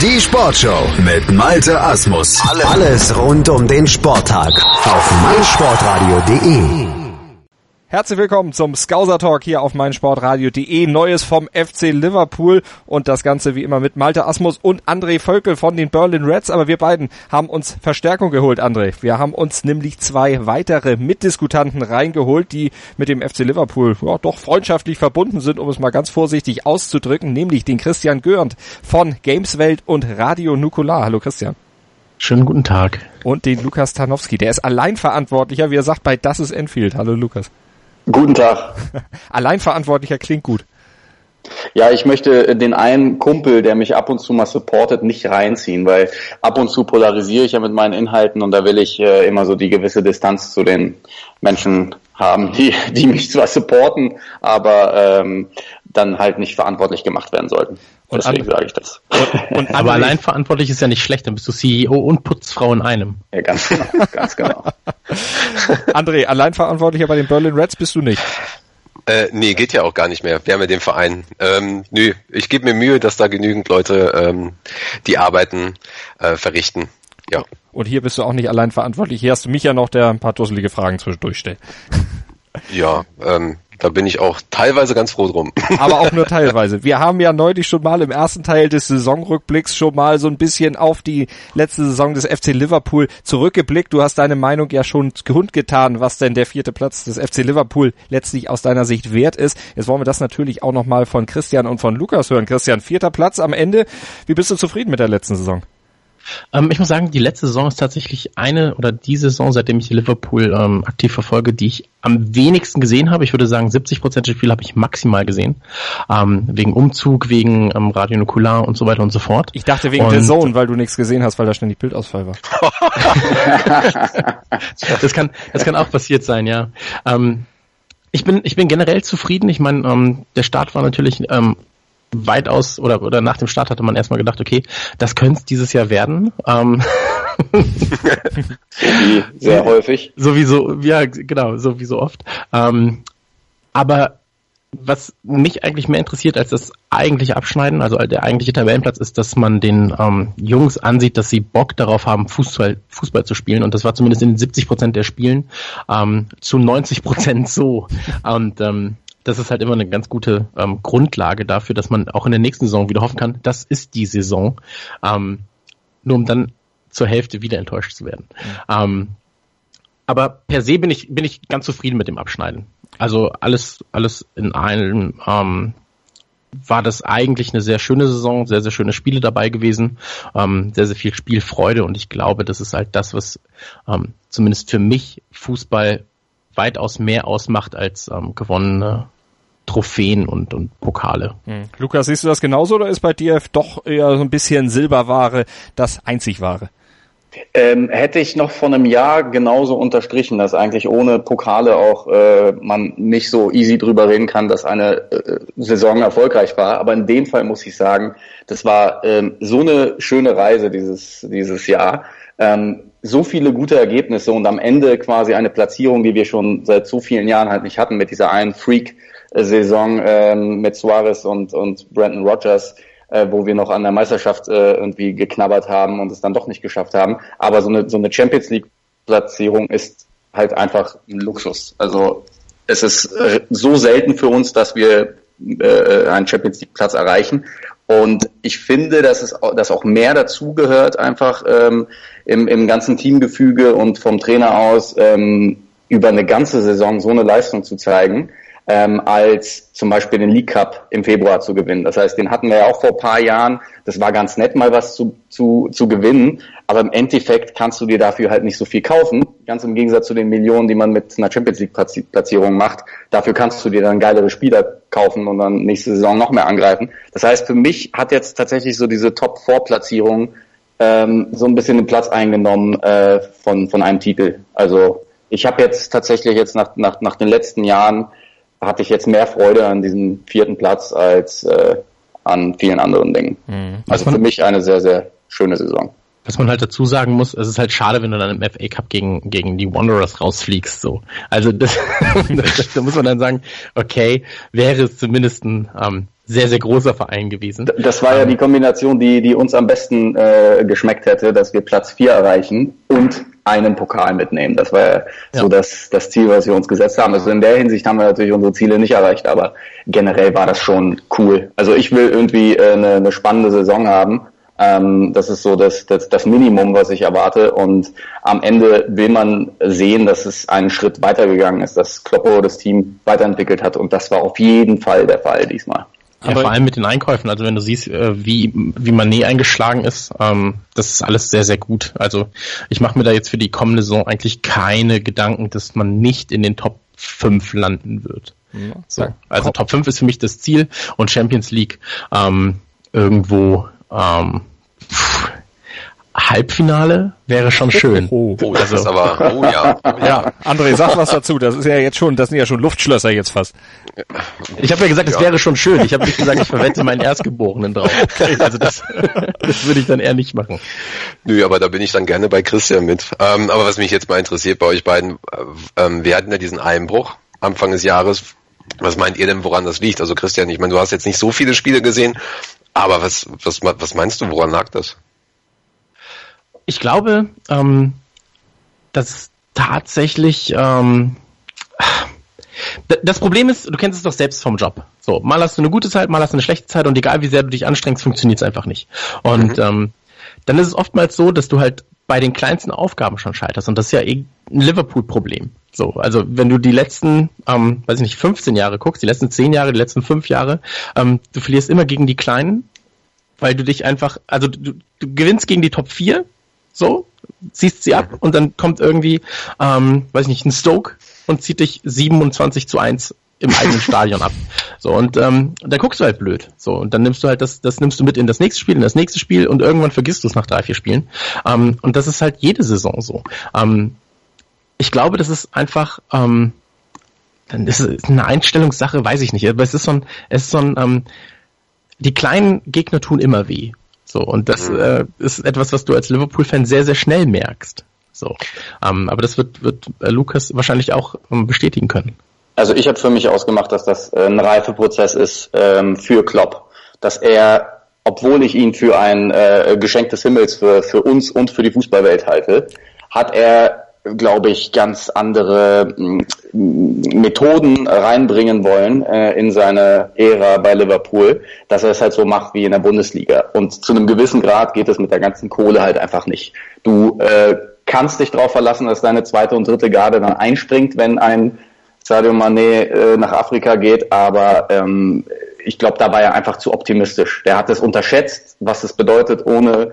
Die Sportshow mit Malte Asmus. Alles rund um den Sporttag auf meinsportradio.de. Herzlich willkommen zum Scouser Talk hier auf meinsportradio.de. Neues vom FC Liverpool und das Ganze wie immer mit Malte Asmus und André Völkel von den Berlin Reds. Aber wir beiden haben uns Verstärkung geholt, André. Wir haben uns nämlich zwei weitere Mitdiskutanten reingeholt, die mit dem FC Liverpool doch freundschaftlich verbunden sind, um es mal ganz vorsichtig auszudrücken, nämlich den Christian Görnd von Gameswelt und Radio Nukular. Hallo Christian. Schönen guten Tag. Und den Lukas Tarnowski, der ist Alleinverantwortlicher, wie er sagt, bei Das ist Enfield. Hallo Lukas. Guten Tag. Alleinverantwortlicher klingt gut. Ja, ich möchte den einen Kumpel, der mich ab und zu mal supportet, nicht reinziehen, weil ab und zu polarisiere ich ja mit meinen Inhalten und da will ich immer so die gewisse Distanz zu den Menschen haben, die mich zwar supporten, aber dann halt nicht verantwortlich gemacht werden sollten. Und deswegen sage ich das. Aber allein verantwortlich ist ja nicht schlecht, dann bist du CEO und Putzfrau in einem. Ja, ganz genau, ganz genau. André, Alleinverantwortlicher bei den Berlin Reds bist du nicht? Nee, geht ja auch gar nicht mehr. Wir haben ja den Verein. Ich gebe mir Mühe, dass da genügend Leute die Arbeiten verrichten. Ja. Und hier bist du auch nicht allein verantwortlich. Hier hast du mich ja noch, der ein paar dusselige Fragen zwischendurch stellt. Ja, da bin ich auch teilweise ganz froh drum. Aber auch nur teilweise. Wir haben ja neulich schon mal im ersten Teil des Saisonrückblicks schon mal so ein bisschen auf die letzte Saison des FC Liverpool zurückgeblickt. Du hast deine Meinung ja schon kundgetan, was denn der 4. Platz des FC Liverpool letztlich aus deiner Sicht wert ist. Jetzt wollen wir das natürlich auch nochmal von Christian und von Lukas hören. Christian, 4. Platz am Ende. Wie bist du zufrieden mit der letzten Saison? Ich muss sagen, die letzte Saison ist tatsächlich die Saison, seitdem ich Liverpool aktiv verfolge, die ich am wenigsten gesehen habe. Ich würde sagen, 70% des Spiels habe ich maximal gesehen. Wegen Umzug, wegen Radio Nukular und so weiter und so fort. Ich dachte wegen der Zone, weil du nichts gesehen hast, weil da ständig Bildausfall war. Das kann auch passiert sein, ja. Ich bin generell zufrieden. Ich meine, der Start war natürlich weitaus oder nach dem Start hatte man erstmal gedacht, okay, das könnte es dieses Jahr werden. Sehr häufig. Sowieso, ja, genau, sowieso oft. Aber was mich eigentlich mehr interessiert als das eigentliche Abschneiden, also der eigentliche Tabellenplatz, ist, dass man den Jungs ansieht, dass sie Bock darauf haben, Fußball zu spielen. Und das war zumindest in den 70% der Spielen zu 90% so. Und das ist halt immer eine ganz gute Grundlage dafür, dass man auch in der nächsten Saison wieder hoffen kann, das ist die Saison, nur um dann zur Hälfte wieder enttäuscht zu werden. Aber per se bin ich ganz zufrieden mit dem Abschneiden. Also alles in allem war das eigentlich eine sehr schöne Saison, sehr, sehr schöne Spiele dabei gewesen, sehr, sehr viel Spielfreude und ich glaube, das ist halt das, was zumindest für mich Fußball weitaus mehr ausmacht als gewonnene Trophäen und Pokale. Lukas, siehst du das genauso oder ist bei dir doch eher so ein bisschen Silberware das Einzigwahre? Hätte ich noch vor einem Jahr genauso unterstrichen, dass eigentlich ohne Pokale auch man nicht so easy drüber reden kann, dass eine Saison erfolgreich war. Aber in dem Fall muss ich sagen, das war so eine schöne Reise dieses Jahr. So viele gute Ergebnisse und am Ende quasi eine Platzierung, die wir schon seit so vielen Jahren halt nicht hatten, mit dieser einen Freak-Saison mit Suarez und Brendan Rodgers, wo wir noch an der Meisterschaft irgendwie geknabbert haben und es dann doch nicht geschafft haben. Aber so eine Champions League-Platzierung ist halt einfach ein Luxus. Also es ist so selten für uns, dass wir einen Champions League-Platz erreichen. Und ich finde, dass auch mehr dazugehört, einfach im ganzen Teamgefüge und vom Trainer aus über eine ganze Saison so eine Leistung zu zeigen, als zum Beispiel den League Cup im Februar zu gewinnen. Das heißt, den hatten wir ja auch vor ein paar Jahren. Das war ganz nett, mal was zu gewinnen. Aber im Endeffekt kannst du dir dafür halt nicht so viel kaufen. Ganz im Gegensatz zu den Millionen, die man mit einer Champions League Platzierung macht. Dafür kannst du dir dann geilere Spieler kaufen und dann nächste Saison noch mehr angreifen. Das heißt, für mich hat jetzt tatsächlich so diese Top-4-Platzierung so ein bisschen den Platz eingenommen von einem Titel. Also ich habe jetzt tatsächlich nach den letzten Jahren hatte ich jetzt mehr Freude an diesem 4. Platz als an vielen anderen Dingen. Also für mich eine sehr, sehr schöne Saison. Was man halt dazu sagen muss, es ist halt schade, wenn du dann im FA Cup gegen die Wanderers rausfliegst, so. Also da muss man dann sagen, okay, wäre es zumindest ein sehr, sehr großer Verein gewesen. Das war ja die Kombination, die uns am besten geschmeckt hätte, dass wir Platz 4 erreichen und einen Pokal mitnehmen. Das war ja so das Ziel, was wir uns gesetzt haben. Also in der Hinsicht haben wir natürlich unsere Ziele nicht erreicht, aber generell war das schon cool. Also ich will irgendwie eine spannende Saison haben. Das ist so das Minimum, was ich erwarte. Und am Ende will man sehen, dass es einen Schritt weitergegangen ist, dass Kloppo das Team weiterentwickelt hat. Und das war auf jeden Fall der Fall diesmal. Ja, vor allem mit den Einkäufen. Also wenn du siehst, wie Mané eingeschlagen ist, das ist alles sehr, sehr gut. Also ich mache mir da jetzt für die kommende Saison eigentlich keine Gedanken, dass man nicht in den Top 5 landen wird. Ja, so. Also Top 5 ist für mich das Ziel und Champions League irgendwo Halbfinale wäre schon schön. Das ist aber, Ja, André, sag was dazu. Das sind ja schon Luftschlösser jetzt fast. Ich habe ja gesagt, es wäre schon schön. Ich habe nicht gesagt, ich verwette meinen Erstgeborenen drauf. Also das würde ich dann eher nicht machen. Nö, aber da bin ich dann gerne bei Christian mit. Aber was mich jetzt mal interessiert bei euch beiden, wir hatten ja diesen Einbruch Anfang des Jahres. Was meint ihr denn, woran das liegt? Also Christian, ich meine, du hast jetzt nicht so viele Spiele gesehen, aber was meinst du, woran lag das? Ich glaube, dass tatsächlich das Problem ist, du kennst es doch selbst vom Job. So, mal hast du eine gute Zeit, mal hast du eine schlechte Zeit und egal wie sehr du dich anstrengst, funktioniert es einfach nicht. Und dann ist es oftmals so, dass du halt bei den kleinsten Aufgaben schon scheiterst und das ist ja ein Liverpool-Problem. So, also wenn du die letzten, 15 Jahre guckst, die letzten 10 Jahre, die letzten 5 Jahre, du verlierst immer gegen die Kleinen, weil du dich einfach, also du gewinnst gegen die Top 4, so, ziehst sie ab und dann kommt irgendwie, ein Stoke und zieht dich 27-1 im eigenen Stadion ab. So, und da guckst du halt blöd. So, und dann nimmst du halt das nimmst du mit in das nächste Spiel und irgendwann vergisst du es nach 3-4 Spielen. Und das ist halt jede Saison so. Ich glaube, das ist einfach, dann ist es eine Einstellungssache, weiß ich nicht, aber es ist so ein die kleinen Gegner tun immer weh. So, und das ist etwas, was du als Liverpool-Fan sehr, sehr schnell merkst. So, aber das wird Lukas wahrscheinlich auch bestätigen können. Also ich habe für mich ausgemacht, dass das ein Reifeprozess ist für Klopp, dass er, obwohl ich ihn für ein Geschenk des Himmels für uns und für die Fußballwelt halte, hat er, glaube ich, ganz andere Methoden reinbringen wollen in seine Ära bei Liverpool, dass er es halt so macht wie in der Bundesliga. Und zu einem gewissen Grad geht es mit der ganzen Kohle halt einfach nicht. Du kannst dich darauf verlassen, dass deine zweite und dritte Garde dann einspringt, wenn ein Sadio Mané nach Afrika geht, aber ich glaube, da war er einfach zu optimistisch. Der hat es unterschätzt, was es bedeutet, ohne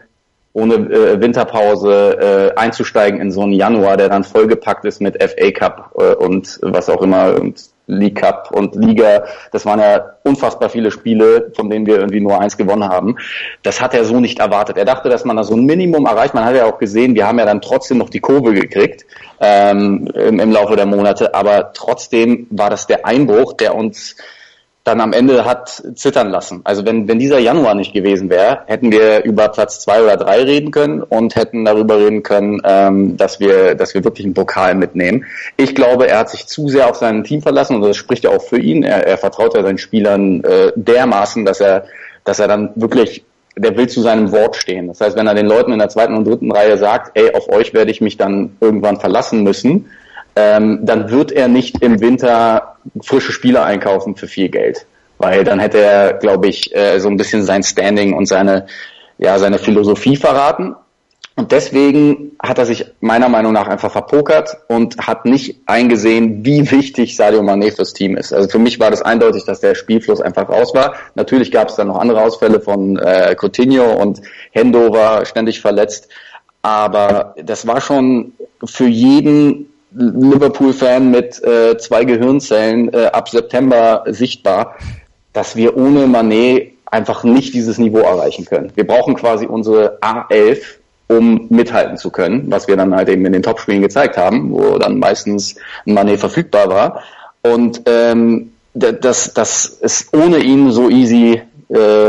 Winterpause einzusteigen in so einen Januar, der dann vollgepackt ist mit FA Cup und was auch immer und League Cup und Liga. Das waren ja unfassbar viele Spiele, von denen wir irgendwie nur 1 gewonnen haben. Das hat er so nicht erwartet. Er dachte, dass man da so ein Minimum erreicht. Man hat ja auch gesehen, wir haben ja dann trotzdem noch die Kurve gekriegt im Laufe der Monate, aber trotzdem war das der Einbruch, der uns dann am Ende hat zittern lassen. Also wenn dieser Januar nicht gewesen wäre, hätten wir über Platz 2 oder 3 reden können und hätten darüber reden können, dass wir wirklich einen Pokal mitnehmen. Ich glaube, er hat sich zu sehr auf sein Team verlassen und das spricht ja auch für ihn. Er vertraut ja seinen Spielern dermaßen, dass er dann wirklich, der will zu seinem Wort stehen. Das heißt, wenn er den Leuten in der 2. und 3. Reihe sagt, ey, auf euch werde ich mich dann irgendwann verlassen müssen, dann wird er nicht im Winter frische Spieler einkaufen für viel Geld. Weil dann hätte er, glaube ich, so ein bisschen sein Standing und seine Philosophie verraten. Und deswegen hat er sich meiner Meinung nach einfach verpokert und hat nicht eingesehen, wie wichtig Sadio Mané fürs Team ist. Also für mich war das eindeutig, dass der Spielfluss einfach raus war. Natürlich gab es dann noch andere Ausfälle von Coutinho und Hendo war ständig verletzt. Aber das war schon für jeden Liverpool-Fan mit 2 Gehirnzellen ab September sichtbar, dass wir ohne Mané einfach nicht dieses Niveau erreichen können. Wir brauchen quasi unsere A11, um mithalten zu können, was wir dann halt eben in den Topspielen gezeigt haben, wo dann meistens ein Mané verfügbar war. Und das ist ohne ihn so easy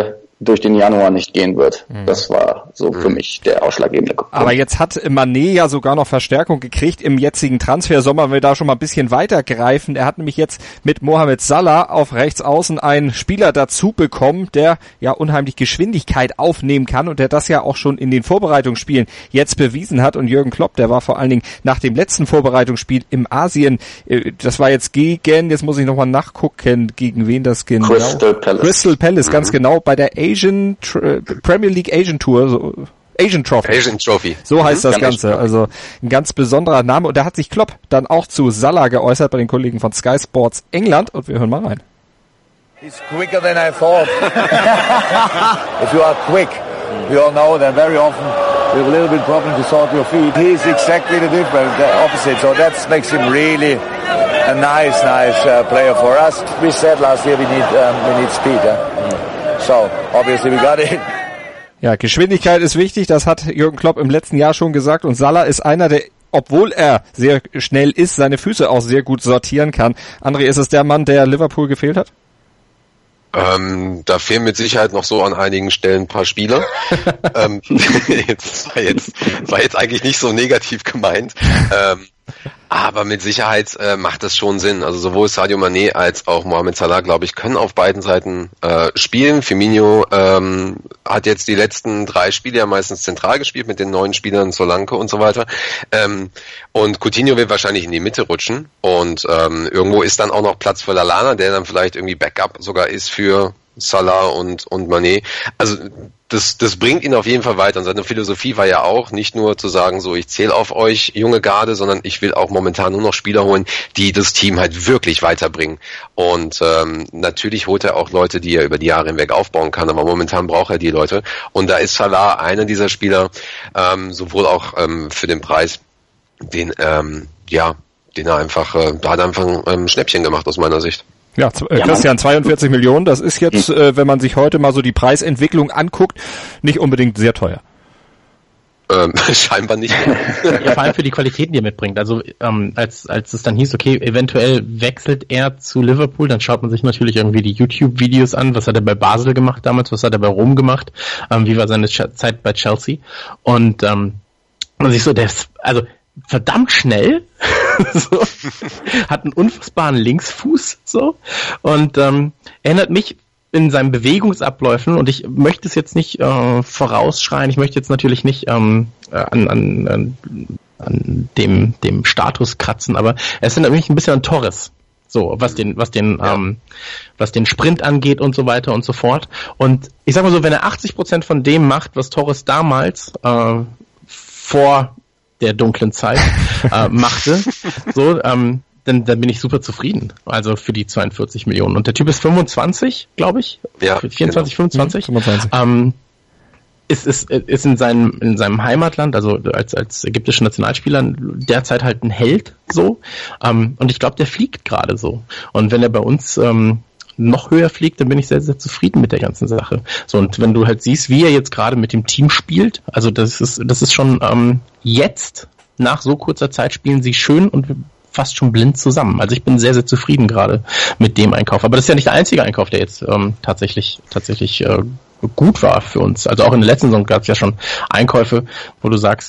durch den Januar nicht gehen wird. Das war so für mich der ausschlaggebende Punkt. Aber jetzt hat Mané ja sogar noch Verstärkung gekriegt im jetzigen Transfersommer, wenn wir da schon mal ein bisschen weiter greifen. Er hat nämlich jetzt mit Mohamed Salah auf rechts außen einen Spieler dazu bekommen, der ja unheimlich Geschwindigkeit aufnehmen kann und der das ja auch schon in den Vorbereitungsspielen jetzt bewiesen hat. Und Jürgen Klopp, der war vor allen Dingen nach dem letzten Vorbereitungsspiel im Asien, das war jetzt jetzt muss ich nochmal nachgucken, gegen wen das genau. Crystal Palace, ganz genau, bei der Premier League Asian Tour, Asian Trophy. So heißt das Ganze. Also ein ganz besonderer Name. Und da hat sich Klopp dann auch zu Salah geäußert bei den Kollegen von Sky Sports England. Und wir hören mal rein. He's quicker than I thought. If you are quick, we all know that very often you have a little bit problem to sort your feet. He's exactly the opposite. So that makes him really a nice player for us. We said last year we need speed. So obviously we got it. Ja, Geschwindigkeit ist wichtig, das hat Jürgen Klopp im letzten Jahr schon gesagt und Salah ist einer, der, obwohl er sehr schnell ist, seine Füße auch sehr gut sortieren kann. André, ist es der Mann, der Liverpool gefehlt hat? Da fehlen mit Sicherheit noch so an einigen Stellen ein paar Spieler. war jetzt eigentlich nicht so negativ gemeint. Aber mit Sicherheit macht das schon Sinn. Also sowohl Sadio Mané als auch Mohamed Salah, glaube ich, können auf beiden Seiten spielen. Firmino hat jetzt die letzten 3 Spiele ja meistens zentral gespielt mit den neuen Spielern, Solanke und so weiter. Und Coutinho wird wahrscheinlich in die Mitte rutschen. Und irgendwo ist dann auch noch Platz für Lallana, der dann vielleicht irgendwie Backup sogar ist für Salah und Mané. Also das bringt ihn auf jeden Fall weiter. Und seine Philosophie war ja auch, nicht nur zu sagen, so ich zähle auf euch, junge Garde, sondern ich will auch momentan nur noch Spieler holen, die das Team halt wirklich weiterbringen. Und natürlich holt er auch Leute, die er über die Jahre hinweg aufbauen kann, aber momentan braucht er die Leute. Und da ist Salah einer dieser Spieler, sowohl auch für den Preis, den er einfach, da hat er einfach ein Schnäppchen gemacht aus meiner Sicht. Ja, Christian, 42 Millionen, das ist jetzt, wenn man sich heute mal so die Preisentwicklung anguckt, nicht unbedingt sehr teuer. Scheinbar nicht. Ja, vor allem für die Qualitäten, die er mitbringt. Also als es dann hieß, okay, eventuell wechselt er zu Liverpool, dann schaut man sich natürlich irgendwie die YouTube-Videos an. Was hat er bei Basel gemacht damals? Was hat er bei Rom gemacht? Wie war seine Zeit bei Chelsea? Und man sich so, der ist, also verdammt schnell, so, hat einen unfassbaren Linksfuß, so, und erinnert mich in seinen Bewegungsabläufen, und ich möchte es jetzt nicht vorausschreien, ich möchte jetzt natürlich nicht an dem Status kratzen, aber es erinnert mich ein bisschen an Torres, so, was den Sprint angeht und so weiter und so fort. Und ich sag mal so, wenn er 80% von dem macht, was Torres damals vor der dunklen Zeit machte, so, dann bin ich super zufrieden. Also für die 42 Millionen. Und der Typ ist 25, glaube ich. Ja, 24, genau. 25. 25. Ist in seinem Heimatland, also als ägyptischer Nationalspieler, derzeit halt ein Held, so. Und ich glaube, der fliegt gerade so. Und wenn er bei uns noch höher fliegt, dann bin ich sehr, sehr zufrieden mit der ganzen Sache. So, und wenn du halt siehst, wie er jetzt gerade mit dem Team spielt, also das ist schon jetzt, nach so kurzer Zeit, spielen sie schön und fast schon blind zusammen. Also ich bin sehr, sehr zufrieden gerade mit dem Einkauf. Aber das ist ja nicht der einzige Einkauf, der jetzt tatsächlich gut war für uns. Also auch in der letzten Saison gab es ja schon Einkäufe, wo du sagst,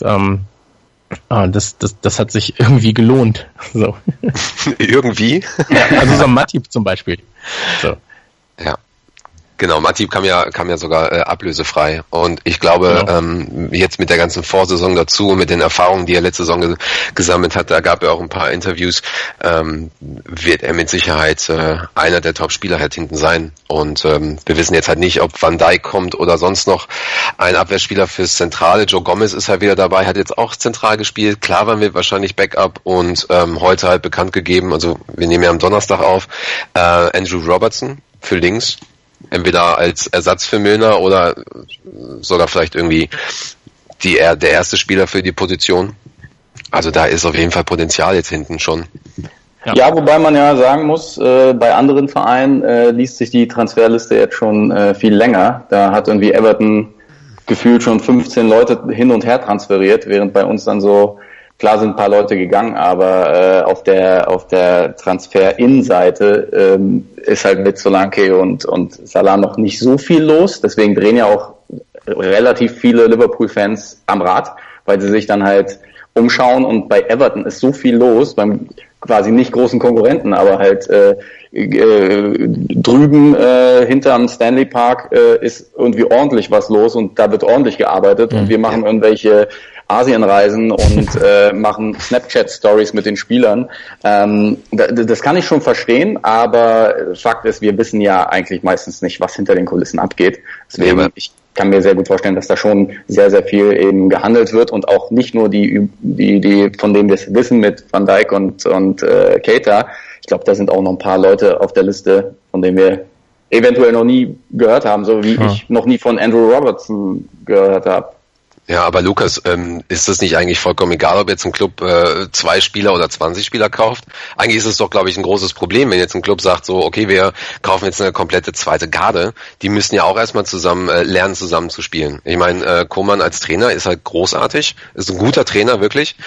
das hat sich irgendwie gelohnt. So. Irgendwie? Ja, also so Matip zum Beispiel. So. Ja. Genau, Matip kam ja sogar ablösefrei. Und ich glaube, jetzt mit der ganzen Vorsaison dazu, mit den Erfahrungen, die er letzte Saison gesammelt hat, da gab er auch ein paar Interviews, wird er mit Sicherheit einer der Top-Spieler halt hinten sein. Und wir wissen jetzt halt nicht, ob Van Dijk kommt oder sonst noch ein Abwehrspieler fürs Zentrale. Joe Gomez ist halt wieder dabei, hat jetzt auch zentral gespielt. Klavan wird wahrscheinlich Backup und heute halt bekannt gegeben, also wir nehmen ja am Donnerstag auf, Andrew Robertson für links. Entweder als Ersatz für Milner oder sogar vielleicht irgendwie der erste Spieler für die Position. Also da ist auf jeden Fall Potenzial jetzt hinten schon. Ja, wobei man ja sagen muss, bei anderen Vereinen liest sich die Transferliste jetzt schon viel länger. Da hat irgendwie Everton gefühlt schon 15 Leute hin und her transferiert, während bei uns dann so Klar sind ein paar Leute gegangen, aber auf der Transfer-In-Seite ist halt mit Solanke und Salah noch nicht so viel los. Deswegen drehen ja auch relativ viele Liverpool-Fans am Rad, weil sie sich dann halt umschauen, und bei Everton ist so viel los, beim quasi nicht großen Konkurrenten, aber halt drüben hinterm Stanley Park ist irgendwie ordentlich was los und da wird ordentlich gearbeitet und wir machen irgendwelche Asienreisen und machen Snapchat-Stories mit den Spielern. Das kann ich schon verstehen, aber Fakt ist, wir wissen ja eigentlich meistens nicht, was hinter den Kulissen abgeht. Deswegen, ich kann mir sehr gut vorstellen, dass da schon sehr, sehr viel eben gehandelt wird und auch nicht nur die von denen wir es wissen mit Van Dijk und Keita. Ich glaube, da sind auch noch ein paar Leute auf der Liste, von denen wir eventuell noch nie gehört haben, so wie ich noch nie von Andrew Robertson gehört habe. Ja, aber Lukas, ist das nicht eigentlich vollkommen egal, ob jetzt ein Club 2 Spieler oder 20 Spieler kauft? Eigentlich ist es doch, glaube ich, ein großes Problem, wenn jetzt ein Club sagt, so, okay, wir kaufen jetzt eine komplette zweite Garde. Die müssen ja auch erstmal zusammen lernen, zusammen zu spielen. Ich meine, Koeman als Trainer ist halt großartig, ist ein guter Trainer, wirklich.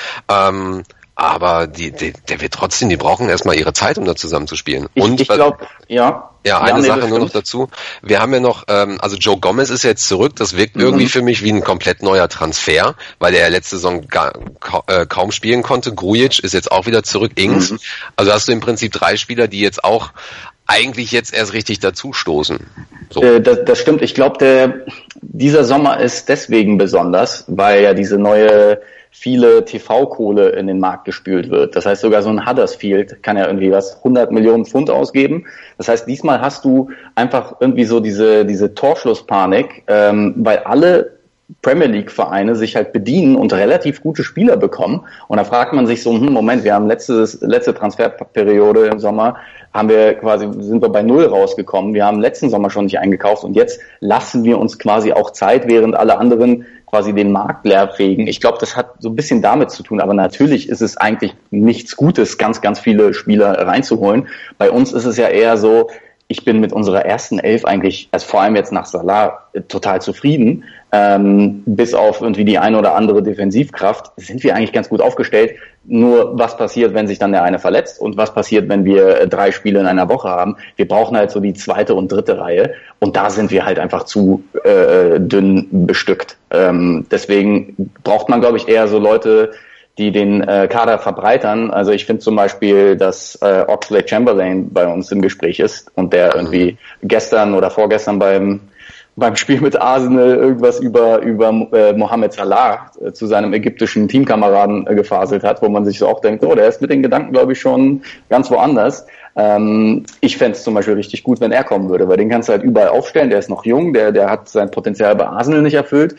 Aber der wird trotzdem, die brauchen erstmal ihre Zeit, um da zusammen zu spielen. Ich glaube, ja. Ja, eine Sache nur noch dazu. Wir haben ja noch, also Joe Gomez ist jetzt zurück. Das wirkt irgendwie für mich wie ein komplett neuer Transfer, weil er letzte Saison kaum spielen konnte. Grujic ist jetzt auch wieder zurück, Ings. Also hast du im Prinzip 3 Spieler, die jetzt auch eigentlich jetzt erst richtig dazustoßen. So. Das stimmt. Ich glaube, dieser Sommer ist deswegen besonders, weil ja diese neue viele TV-Kohle in den Markt gespült wird. Das heißt, sogar so ein Huddersfield kann ja irgendwie 100 Millionen Pfund ausgeben. Das heißt, diesmal hast du einfach irgendwie so diese Torschlusspanik, weil alle Premier League Vereine sich halt bedienen und relativ gute Spieler bekommen. Und da fragt man sich so, Moment, wir haben letzte Transferperiode im Sommer, sind wir bei 0 rausgekommen. Wir haben letzten Sommer schon nicht eingekauft und jetzt lassen wir uns quasi auch Zeit, während alle anderen quasi den Markt leer fegen. Ich glaube, das hat so ein bisschen damit zu tun, aber natürlich ist es eigentlich nichts Gutes, ganz, ganz viele Spieler reinzuholen. Bei uns ist es ja eher so, ich bin mit unserer ersten 11 eigentlich, also vor allem jetzt nach Salah, total zufrieden. Bis auf irgendwie die eine oder andere Defensivkraft sind wir eigentlich ganz gut aufgestellt. Nur was passiert, wenn sich dann der eine verletzt und was passiert, wenn wir 3 Spiele in einer Woche haben? Wir brauchen halt so die 2. und 3. Reihe und da sind wir halt einfach zu dünn bestückt. Deswegen braucht man, glaube ich, eher so Leute, die den Kader verbreitern. Also ich finde zum Beispiel, dass Oxlade-Chamberlain bei uns im Gespräch ist und der irgendwie gestern oder vorgestern beim Spiel mit Arsenal irgendwas über Mohamed Salah zu seinem ägyptischen Teamkameraden gefaselt hat, wo man sich so auch denkt, der ist mit den Gedanken, glaube ich, schon ganz woanders. Ich fände es zum Beispiel richtig gut, wenn er kommen würde, weil den kannst du halt überall aufstellen, der ist noch jung, der hat sein Potenzial bei Arsenal nicht erfüllt.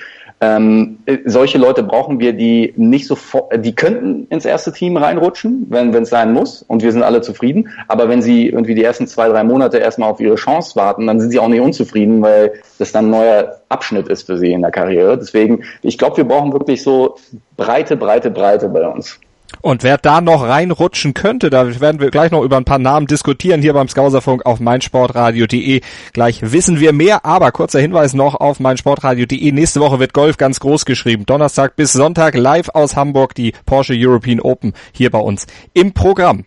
Solche Leute brauchen wir, die nicht sofort, die könnten ins erste Team reinrutschen, wenn es sein muss, und wir sind alle zufrieden. Aber wenn sie irgendwie die ersten 2-3 Monate erstmal auf ihre Chance warten, dann sind sie auch nicht unzufrieden, weil das dann ein neuer Abschnitt ist für sie in der Karriere. Deswegen, ich glaube, wir brauchen wirklich so Breite bei uns. Und wer da noch reinrutschen könnte, da werden wir gleich noch über ein paar Namen diskutieren, hier beim Skauserfunk auf meinsportradio.de. Gleich wissen wir mehr, aber kurzer Hinweis noch auf meinsportradio.de. Nächste Woche wird Golf ganz groß geschrieben. Donnerstag bis Sonntag live aus Hamburg die Porsche European Open hier bei uns im Programm.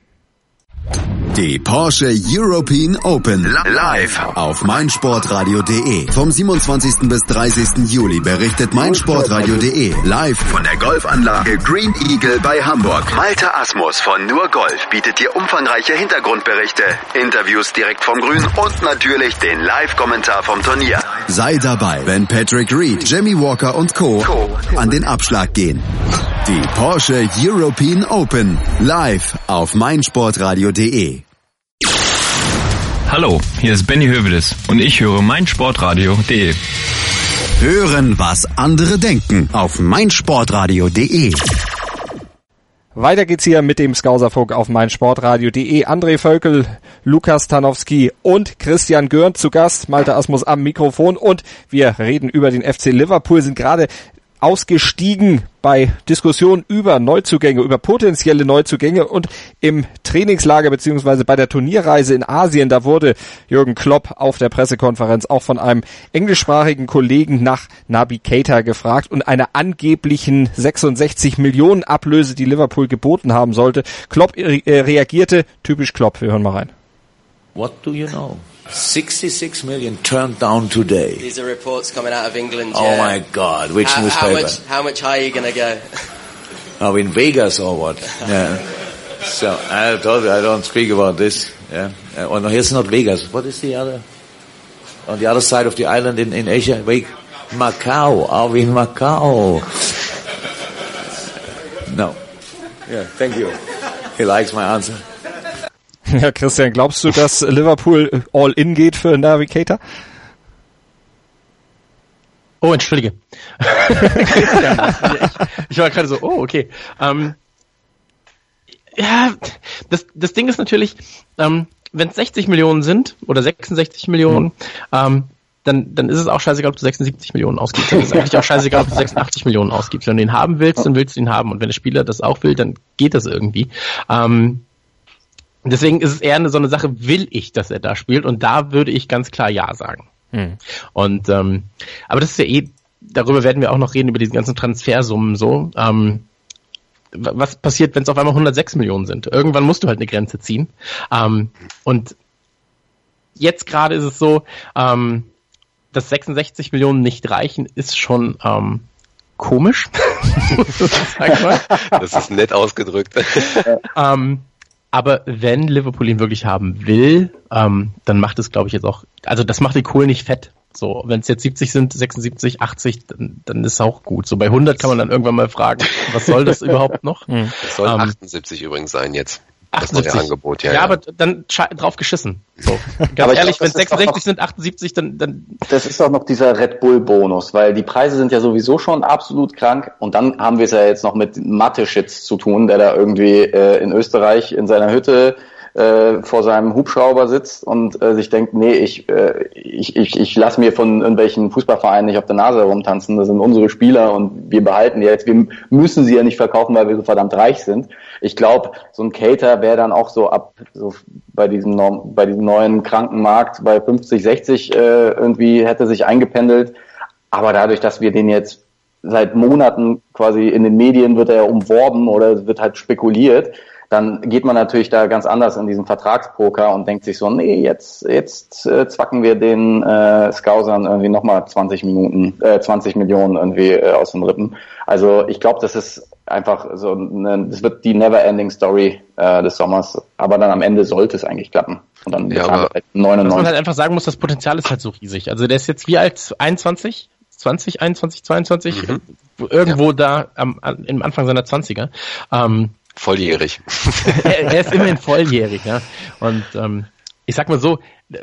Die Porsche European Open live auf meinsportradio.de. Vom 27. bis 30. Juli berichtet meinsportradio.de live von der Golfanlage Green Eagle bei Hamburg. Malte Asmus von Nur Golf bietet dir umfangreiche Hintergrundberichte, Interviews direkt vom Grün und natürlich den Live-Kommentar vom Turnier. Sei dabei, wenn Patrick Reed, Jimmy Walker und Co. an den Abschlag gehen. Die Porsche European Open live auf meinsportradio.de. Hallo, hier ist Benny Hövedes und ich höre meinsportradio.de. Hören, was andere denken auf meinsportradio.de. Weiter geht's hier mit dem Skauserfunk auf meinsportradio.de. André Völkel, Lukas Tanowski und Christian Gürnt zu Gast. Malte Asmus am Mikrofon und wir reden über den FC Liverpool, sind gerade ausgestiegen bei Diskussionen über Neuzugänge, über potenzielle Neuzugänge und im Trainingslager beziehungsweise bei der Turnierreise in Asien, da wurde Jürgen Klopp auf der Pressekonferenz auch von einem englischsprachigen Kollegen nach Naby Keita gefragt und einer angeblichen 66 Millionen Ablöse, die Liverpool geboten haben sollte. Klopp reagierte, typisch Klopp, wir hören mal rein. What do you know? 66 million turned down today. These are reports coming out of England. Oh my God! Which newspaper? How much higher are you going to go? Are we in Vegas or what? Yeah. So I told you I don't speak about this. Yeah. Oh no, here's not Vegas. What is the other? On the other side of the island in Asia, Macau. Are we in Macau? No. Yeah. Thank you. He likes my answer. Ja, Christian, glaubst du, dass Liverpool all in geht für Naby Keita? Oh, entschuldige. ich war gerade so, oh, okay. Ja, das Ding ist natürlich, wenn es 60 Millionen sind oder 66 Millionen, dann ist es auch scheißegal, ob du 76 Millionen ausgibst. Dann ist es eigentlich auch scheißegal, ob du 86 Millionen ausgibst. Wenn du ihn haben willst, dann willst du ihn haben. Und wenn der Spieler das auch will, dann geht das irgendwie. Deswegen ist es eher so eine Sache, will ich, dass er da spielt? Und da würde ich ganz klar Ja sagen. Und aber das ist ja darüber werden wir auch noch reden, über diese ganzen Transfersummen so. Was passiert, wenn es auf einmal 106 Millionen sind? Irgendwann musst du halt eine Grenze ziehen. Und jetzt gerade ist es so, dass 66 Millionen nicht reichen, ist schon komisch. Sag mal. Das ist nett ausgedrückt. Aber wenn Liverpool ihn wirklich haben will, dann macht es, glaube ich, jetzt auch, also das macht die Kohle nicht fett. So, wenn es jetzt 70 sind, 76, 80, dann ist es auch gut. So bei 100 kann man dann irgendwann mal fragen, was soll das überhaupt noch? Das soll 78 übrigens sein jetzt. 78. Das neue Angebot, ja. Ja, aber dann drauf geschissen. So. Ganz ehrlich, wenn es 66 sind, 78, dann... Das ist doch noch dieser Red Bull-Bonus, weil die Preise sind ja sowieso schon absolut krank und dann haben wir es ja jetzt noch mit Mateschitz zu tun, der da irgendwie in Österreich in seiner Hütte vor seinem Hubschrauber sitzt und sich denkt, nee, ich lasse mir von irgendwelchen Fußballvereinen nicht auf der Nase herumtanzen, das sind unsere Spieler und wir behalten die jetzt, wir müssen sie ja nicht verkaufen, weil wir so verdammt reich sind. Ich glaube, so ein Keita wäre dann auch so bei diesem neuen Krankenmarkt bei 50, 60 irgendwie hätte sich eingependelt, aber dadurch, dass wir den jetzt seit Monaten quasi in den Medien wird er ja umworben oder wird halt spekuliert, dann geht man natürlich da ganz anders in diesen Vertragspoker und denkt sich so, nee, jetzt zwacken wir den Scousern irgendwie nochmal 20 Millionen irgendwie aus den Rippen. Also ich glaube, das ist einfach so das wird die never-ending Story des Sommers, aber dann am Ende sollte es eigentlich klappen. Und dann halt 99. Was man halt einfach sagen muss, das Potenzial ist halt so riesig. Also der ist jetzt wie alt? 21? 20, 21, 22? Irgendwo da am Anfang seiner 20er. Volljährig. Er ist immerhin volljährig, ja. Und ich sag mal so,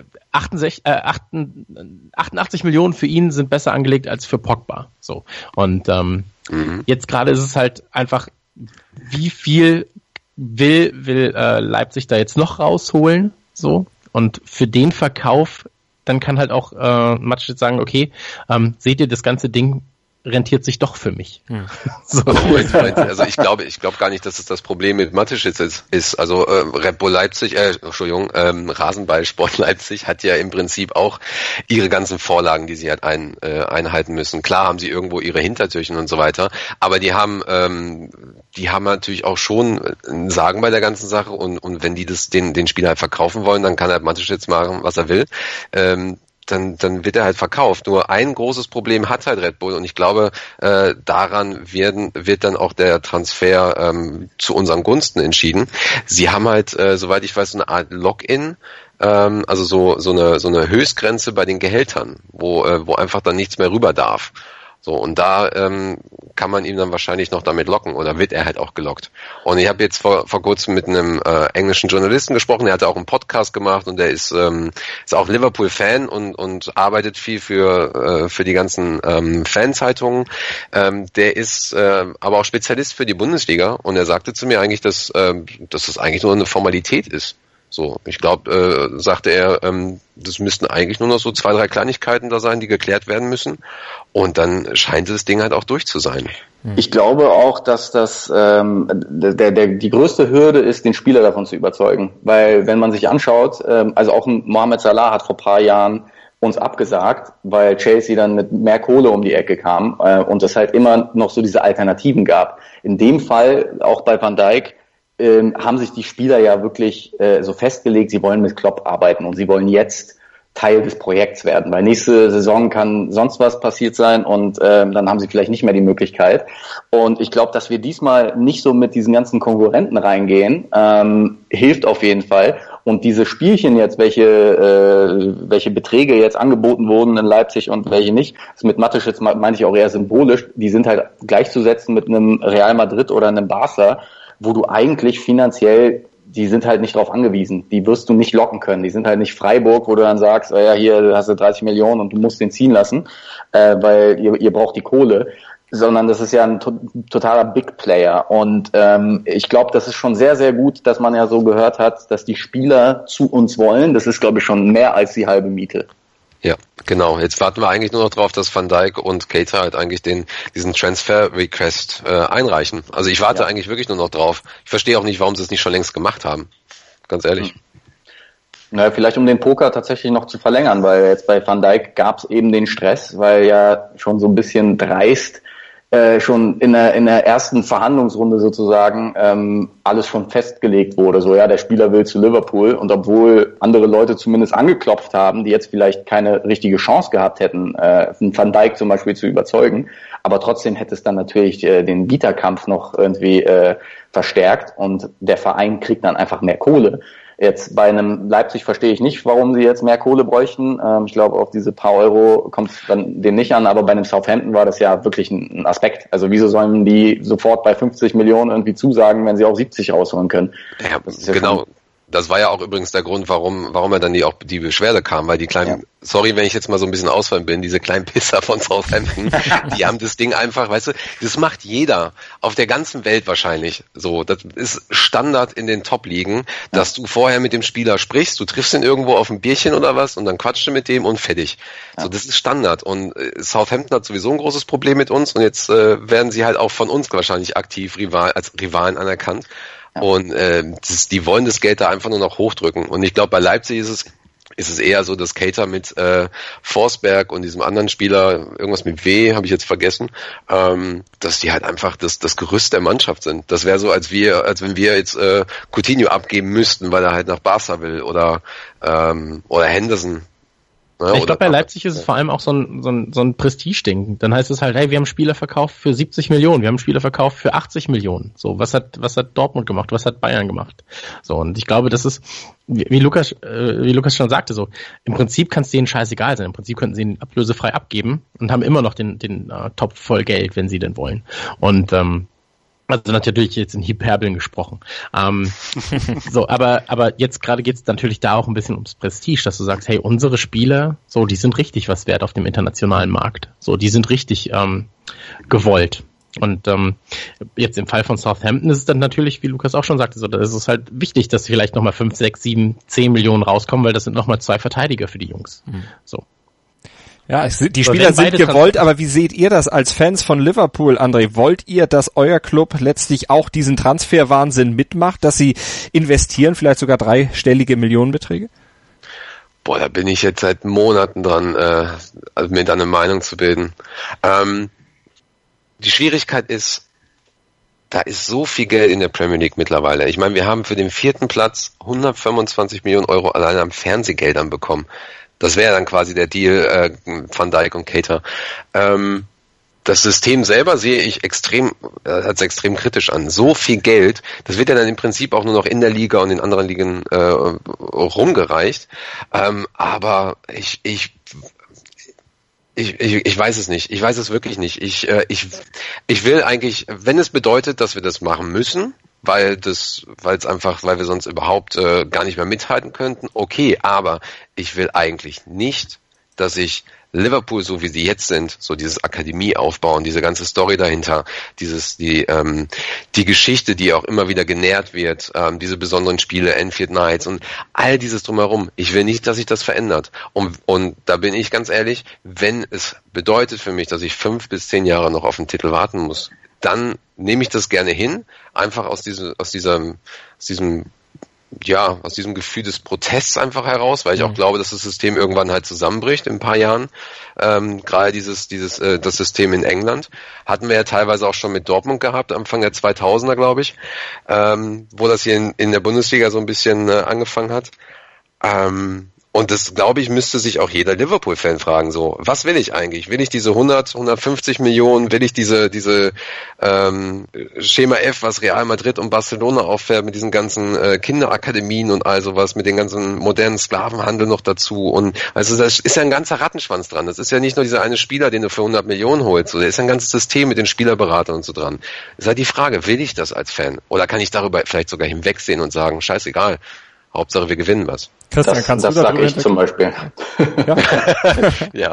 88 Millionen für ihn sind besser angelegt als für Pogba. So. Und jetzt gerade ist es halt einfach, wie viel will Leipzig da jetzt noch rausholen? So. Und für den Verkauf, dann kann halt auch Mateschitz sagen, okay, seht ihr, das ganze Ding rentiert sich doch für mich. So. Also ich glaube gar nicht, dass es das Problem mit Mateschitz ist. Also Red Bull Leipzig, Rasenballsport Leipzig hat ja im Prinzip auch ihre ganzen Vorlagen, die sie halt einhalten müssen. Klar haben sie irgendwo ihre Hintertürchen und so weiter, aber die haben natürlich auch schon ein Sagen bei der ganzen Sache und wenn die den Spieler halt verkaufen wollen, dann kann halt Mateschitz machen, was er will. Dann wird er halt verkauft. Nur ein großes Problem hat halt Red Bull und ich glaube, daran wird dann auch der Transfer zu unseren Gunsten entschieden. Sie haben halt, soweit ich weiß, so eine Art Lock-in, also so eine Höchstgrenze bei den Gehältern, wo einfach dann nichts mehr rüber darf. So, und da kann man ihn dann wahrscheinlich noch damit locken oder wird er halt auch gelockt. Und ich habe jetzt vor kurzem mit einem englischen Journalisten gesprochen, der hatte auch einen Podcast gemacht und der ist auch Liverpool-Fan und arbeitet viel für die ganzen Fanzeitungen. Der ist aber auch Spezialist für die Bundesliga und er sagte zu mir eigentlich, dass das eigentlich nur eine Formalität ist. So, ich glaube, sagte er, das müssten eigentlich nur noch so 2, 3 Kleinigkeiten da sein, die geklärt werden müssen. Und dann scheint das Ding halt auch durch zu sein. Ich glaube auch, dass das die größte Hürde ist, den Spieler davon zu überzeugen. Weil wenn man sich anschaut, also auch Mohamed Salah hat vor ein paar Jahren uns abgesagt, weil Chelsea dann mit mehr Kohle um die Ecke kam und es halt immer noch so diese Alternativen gab. In dem Fall, auch bei Van Dijk, haben sich die Spieler ja wirklich so festgelegt, sie wollen mit Klopp arbeiten und sie wollen jetzt Teil des Projekts werden, weil nächste Saison kann sonst was passiert sein und dann haben sie vielleicht nicht mehr die Möglichkeit. Und ich glaube, dass wir diesmal nicht so mit diesen ganzen Konkurrenten reingehen, hilft auf jeden Fall. Und diese Spielchen jetzt, welche Beträge jetzt angeboten wurden in Leipzig und welche nicht, das mit Mateschitz meine ich auch eher symbolisch, die sind halt gleichzusetzen mit einem Real Madrid oder einem Barca, wo du eigentlich finanziell, die sind halt nicht drauf angewiesen. Die wirst du nicht locken können. Die sind halt nicht Freiburg, wo du dann sagst, ja, hier hast du 30 Millionen und du musst den ziehen lassen, weil ihr braucht die Kohle. Sondern das ist ja ein totaler Big Player. Und ich glaube, das ist schon sehr, sehr gut, dass man ja so gehört hat, dass die Spieler zu uns wollen. Das ist, glaube ich, schon mehr als die halbe Miete. Ja, genau. Jetzt warten wir eigentlich nur noch drauf, dass Van Dijk und Keita halt eigentlich diesen Transfer-Request einreichen. Also ich warte eigentlich wirklich nur noch drauf. Ich verstehe auch nicht, warum sie es nicht schon längst gemacht haben. Ganz ehrlich. Naja, vielleicht um den Poker tatsächlich noch zu verlängern, weil jetzt bei Van Dijk gab es eben den Stress, weil ja schon so ein bisschen dreist schon in der ersten Verhandlungsrunde sozusagen alles schon festgelegt wurde. So, ja, der Spieler will zu Liverpool und obwohl andere Leute zumindest angeklopft haben, die jetzt vielleicht keine richtige Chance gehabt hätten, Van Dijk zum Beispiel zu überzeugen, aber trotzdem hätte es dann natürlich den Bieterkampf noch irgendwie verstärkt und der Verein kriegt dann einfach mehr Kohle. Jetzt bei einem Leipzig verstehe ich nicht, warum sie jetzt mehr Kohle bräuchten. Ich glaube, auf diese paar Euro kommt es dann denen nicht an, aber bei einem Southampton war das ja wirklich ein Aspekt. Also wieso sollen die sofort bei 50 Millionen irgendwie zusagen, wenn sie auch 70 rausholen können? Ja, genau. Das war ja auch übrigens der Grund, warum er dann die Beschwerde kam, weil die kleinen, sorry, wenn ich jetzt mal so ein bisschen ausfallen bin, diese kleinen Pisser von Southampton, die haben das Ding einfach, weißt du, das macht jeder auf der ganzen Welt wahrscheinlich so. Das ist Standard in den Top-Ligen, dass du vorher mit dem Spieler sprichst, du triffst ihn irgendwo auf ein Bierchen oder was und dann quatschst du mit dem und fertig. So, das ist Standard und Southampton hat sowieso ein großes Problem mit uns und jetzt werden sie halt auch von uns wahrscheinlich aktiv als Rivalen anerkannt. Und die wollen das Geld da einfach nur noch hochdrücken. Und ich glaube, bei Leipzig ist es eher so, dass Keita mit Forsberg und diesem anderen Spieler, irgendwas mit W, habe ich jetzt vergessen, dass die halt einfach das Gerüst der Mannschaft sind. Das wäre so, als wenn wir jetzt Coutinho abgeben müssten, weil er halt nach Barca will oder Henderson. Ja, ich glaube, bei Leipzig ist es vor allem auch so ein Prestige-Ding. Dann heißt es halt, hey, wir haben Spieler verkauft für 70 Millionen, wir haben Spieler verkauft für 80 Millionen. So, was hat Dortmund gemacht, was hat Bayern gemacht? So, und ich glaube, das ist, wie Lukas schon sagte, so, im Prinzip kann es denen scheißegal sein. Im Prinzip könnten sie ihn ablösefrei abgeben und haben immer noch den Topf voll Geld, wenn sie denn wollen. Und also natürlich jetzt in Hyperbeln gesprochen. So, aber jetzt gerade geht's natürlich da auch ein bisschen ums Prestige, dass du sagst, hey, unsere Spieler, so, die sind richtig was wert auf dem internationalen Markt. So, die sind richtig gewollt. Und jetzt im Fall von Southampton ist es dann natürlich, wie Lukas auch schon sagte, so, da ist es halt wichtig, dass vielleicht nochmal 5, 6, 7, 10 Millionen rauskommen, weil das sind nochmal 2 Verteidiger für die Jungs. So. Ja, die Spieler sind gewollt, aber wie seht ihr das als Fans von Liverpool, André? Wollt ihr, dass euer Club letztlich auch diesen Transferwahnsinn mitmacht, dass sie investieren, vielleicht sogar 3-stellige Millionenbeträge? Boah, da bin ich jetzt seit Monaten dran, mir da eine Meinung zu bilden. Die Schwierigkeit ist, da ist so viel Geld in der Premier League mittlerweile. Ich meine, wir haben für den 4. Platz 125 Millionen Euro alleine an Fernsehgeldern bekommen. Das wäre dann quasi der Deal Van Dijk und Keita. Das System selber sehe ich als extrem kritisch an. So viel Geld, das wird ja dann im Prinzip auch nur noch in der Liga und in anderen Ligen rumgereicht. Aber ich weiß es nicht. Ich weiß es wirklich nicht. Ich will eigentlich, wenn es bedeutet, dass wir das machen müssen, weil wir sonst überhaupt gar nicht mehr mithalten könnten, okay, aber ich will eigentlich nicht, dass ich Liverpool, so wie sie jetzt sind, so dieses Akademie aufbauen, diese ganze Story dahinter, die Geschichte, die auch immer wieder genährt wird, diese besonderen Spiele, Anfield Nights und all dieses drumherum. Ich will nicht, dass sich das verändert. Und da bin ich ganz ehrlich, wenn es bedeutet für mich, dass ich 5 bis 10 Jahre noch auf den Titel warten muss, dann nehme ich das gerne hin, einfach aus diesem Gefühl des Protests einfach heraus, weil ich auch glaube, dass das System irgendwann halt zusammenbricht in ein paar Jahren. Gerade das System in England hatten wir ja teilweise auch schon mit Dortmund gehabt, Anfang der 2000er, glaube ich, wo das hier in der Bundesliga so ein bisschen angefangen hat. Und das, glaube ich, müsste sich auch jeder Liverpool-Fan fragen, so, was will ich eigentlich? Will ich diese 150 Millionen? Will ich diese Schema F, was Real Madrid und Barcelona auffährt, mit diesen ganzen Kinderakademien und all sowas, mit den ganzen modernen Sklavenhandel noch dazu? Und also da ist ja ein ganzer Rattenschwanz dran. Das ist ja nicht nur dieser eine Spieler, den du für 100 Millionen holst. So, da ist ja ein ganzes System mit den Spielerberatern und so dran. Das ist halt die Frage, will ich das als Fan? Oder kann ich darüber vielleicht sogar hinwegsehen und sagen, scheißegal, Hauptsache wir gewinnen was? Christian, das sag ich zum Beispiel. Ja.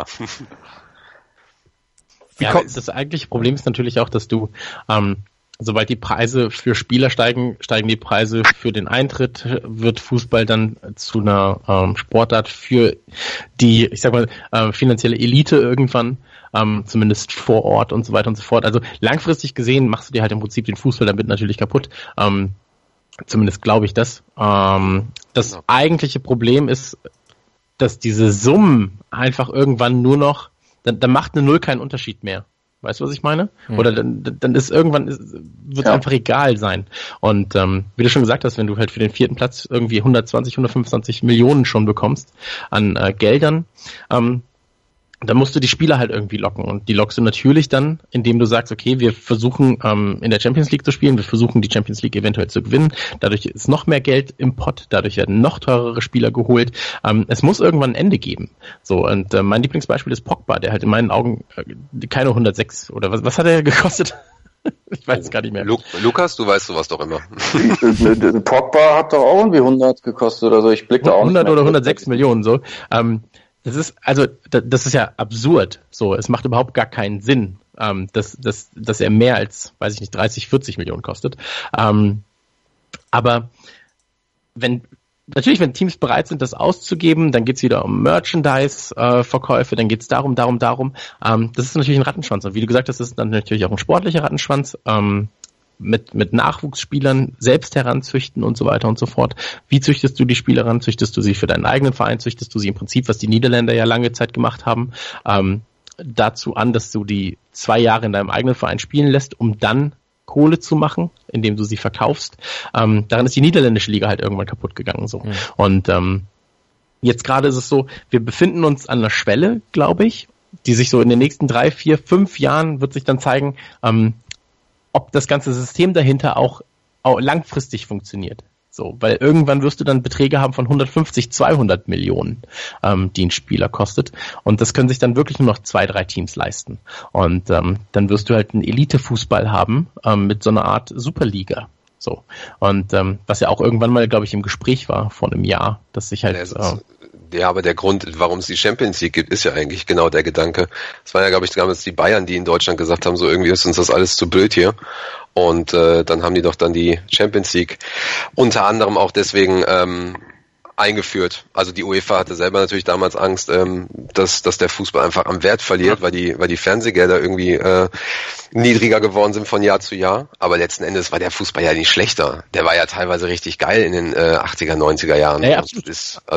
Das eigentliche Problem ist natürlich auch, dass du, sobald die Preise für Spieler steigen die Preise für den Eintritt, wird Fußball dann zu einer Sportart für die, ich sag mal, finanzielle Elite irgendwann, zumindest vor Ort und so weiter und so fort. Also langfristig gesehen machst du dir halt im Prinzip den Fußball damit natürlich kaputt. Zumindest glaube ich das. Das eigentliche Problem ist, dass diese Summen einfach irgendwann nur noch, dann macht eine Null keinen Unterschied mehr. Weißt du, was ich meine? Oder dann ist irgendwann, wird es einfach egal sein. Und wie du schon gesagt hast, wenn du halt für den 4. Platz irgendwie 125 Millionen schon bekommst an Geldern, dann musst du die Spieler halt irgendwie locken. Und die lockst du natürlich dann, indem du sagst, okay, wir versuchen in der Champions League zu spielen, wir versuchen die Champions League eventuell zu gewinnen. Dadurch ist noch mehr Geld im Pott, dadurch werden noch teurere Spieler geholt. Es muss irgendwann ein Ende geben. So, und mein Lieblingsbeispiel ist Pogba, der halt in meinen Augen keine 106 oder was hat er gekostet? Ich weiß es gar nicht mehr. Lukas, du weißt sowas doch immer. Pogba hat doch auch irgendwie 100 gekostet oder so. Ich blick da auch 100 oder 106 Millionen, so. Das ist ja absurd. So, es macht überhaupt gar keinen Sinn, dass er mehr als, weiß ich nicht, 30, 40 Millionen kostet. Aber wenn Teams bereit sind, das auszugeben, dann geht's wieder um Merchandise-Verkäufe, dann geht's darum. Das ist natürlich ein Rattenschwanz. Und wie du gesagt hast, das ist dann natürlich auch ein sportlicher Rattenschwanz. Mit Nachwuchsspielern selbst heranzüchten und so weiter und so fort. Wie züchtest du die Spieler ran? Züchtest du sie für deinen eigenen Verein? Züchtest du sie im Prinzip, was die Niederländer ja lange Zeit gemacht haben, dazu an, dass du die 2 Jahre in deinem eigenen Verein spielen lässt, um dann Kohle zu machen, indem du sie verkaufst. Daran ist die niederländische Liga halt irgendwann kaputt gegangen. So. Und jetzt gerade ist es so, wir befinden uns an einer Schwelle, glaube ich, die sich so in den nächsten 3, 4, 5 Jahren wird sich dann zeigen, ob das ganze System dahinter auch langfristig funktioniert. So, weil irgendwann wirst du dann Beträge haben von 150, 200 Millionen, die ein Spieler kostet. Und das können sich dann wirklich nur noch 2, 3 Teams leisten. Und dann wirst du halt einen Elite-Fußball haben mit so einer Art Superliga. So. Und was ja auch irgendwann mal, glaube ich, im Gespräch war vor einem Jahr, dass sich halt... Ja, aber der Grund, warum es die Champions League gibt, ist ja eigentlich genau der Gedanke. Es waren ja, glaube ich, damals die Bayern, die in Deutschland gesagt haben, so irgendwie ist uns das alles zu blöd hier. Und dann haben die doch dann die Champions League unter anderem auch deswegen eingeführt. Also die UEFA hatte selber natürlich damals Angst, dass der Fußball einfach am Wert verliert, weil die Fernsehgelder irgendwie niedriger geworden sind von Jahr zu Jahr. Aber letzten Endes war der Fußball ja nicht schlechter. Der war ja teilweise richtig geil in den 80er, 90er Jahren. Ja, absolut.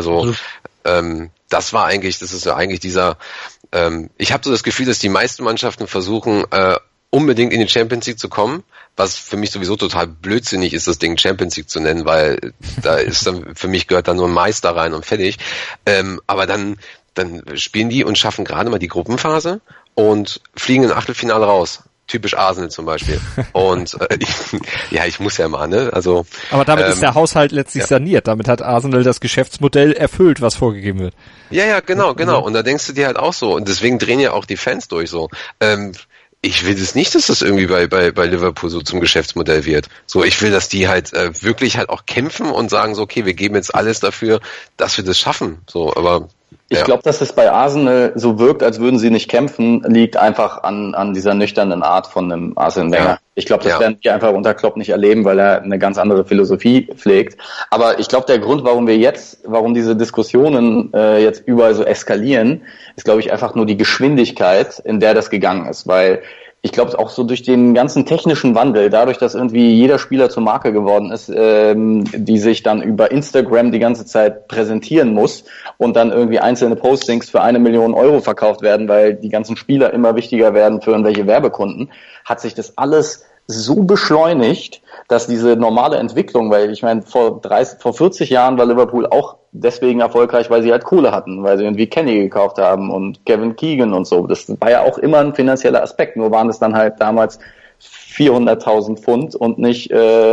Das ist ja eigentlich dieser, ich habe so das Gefühl, dass die meisten Mannschaften versuchen, unbedingt in die Champions League zu kommen, was für mich sowieso total blödsinnig ist, das Ding Champions League zu nennen, weil da ist dann, für mich gehört da nur ein Meister rein und fertig. Aber dann spielen die und schaffen gerade mal die Gruppenphase und fliegen im Achtelfinale raus. Typisch Arsenal zum Beispiel. Und ich muss ja mal, ne? Also. Aber damit ist der Haushalt letztlich saniert. Damit hat Arsenal das Geschäftsmodell erfüllt, was vorgegeben wird. Ja, genau. Und da denkst du dir halt auch so. Und deswegen drehen ja auch die Fans durch so. Ich will das nicht, dass das irgendwie bei Liverpool so zum Geschäftsmodell wird. So, ich will, dass die halt wirklich halt auch kämpfen und sagen so, okay, wir geben jetzt alles dafür, dass wir das schaffen. So, aber Ich glaube, dass es bei Arsenal so wirkt, als würden sie nicht kämpfen, liegt einfach an dieser nüchternen Art von einem Arsene Wenger. Ja. Ich glaube, das werden wir einfach unter Klopp nicht erleben, weil er eine ganz andere Philosophie pflegt. Aber ich glaube, der Grund, warum diese Diskussionen jetzt überall so eskalieren, ist, glaube ich, einfach nur die Geschwindigkeit, in der das gegangen ist. Weil ich glaube, auch so durch den ganzen technischen Wandel, dadurch, dass irgendwie jeder Spieler zur Marke geworden ist, die sich dann über Instagram die ganze Zeit präsentieren muss und dann irgendwie einzelne Postings für 1 Million Euro verkauft werden, weil die ganzen Spieler immer wichtiger werden für irgendwelche Werbekunden, hat sich das alles so beschleunigt, dass diese normale Entwicklung, weil ich meine, vor 40 Jahren war Liverpool auch deswegen erfolgreich, weil sie halt Kohle hatten, weil sie irgendwie Kenny gekauft haben und Kevin Keegan und so. Das war ja auch immer ein finanzieller Aspekt, nur waren es dann halt damals 400.000 Pfund und nicht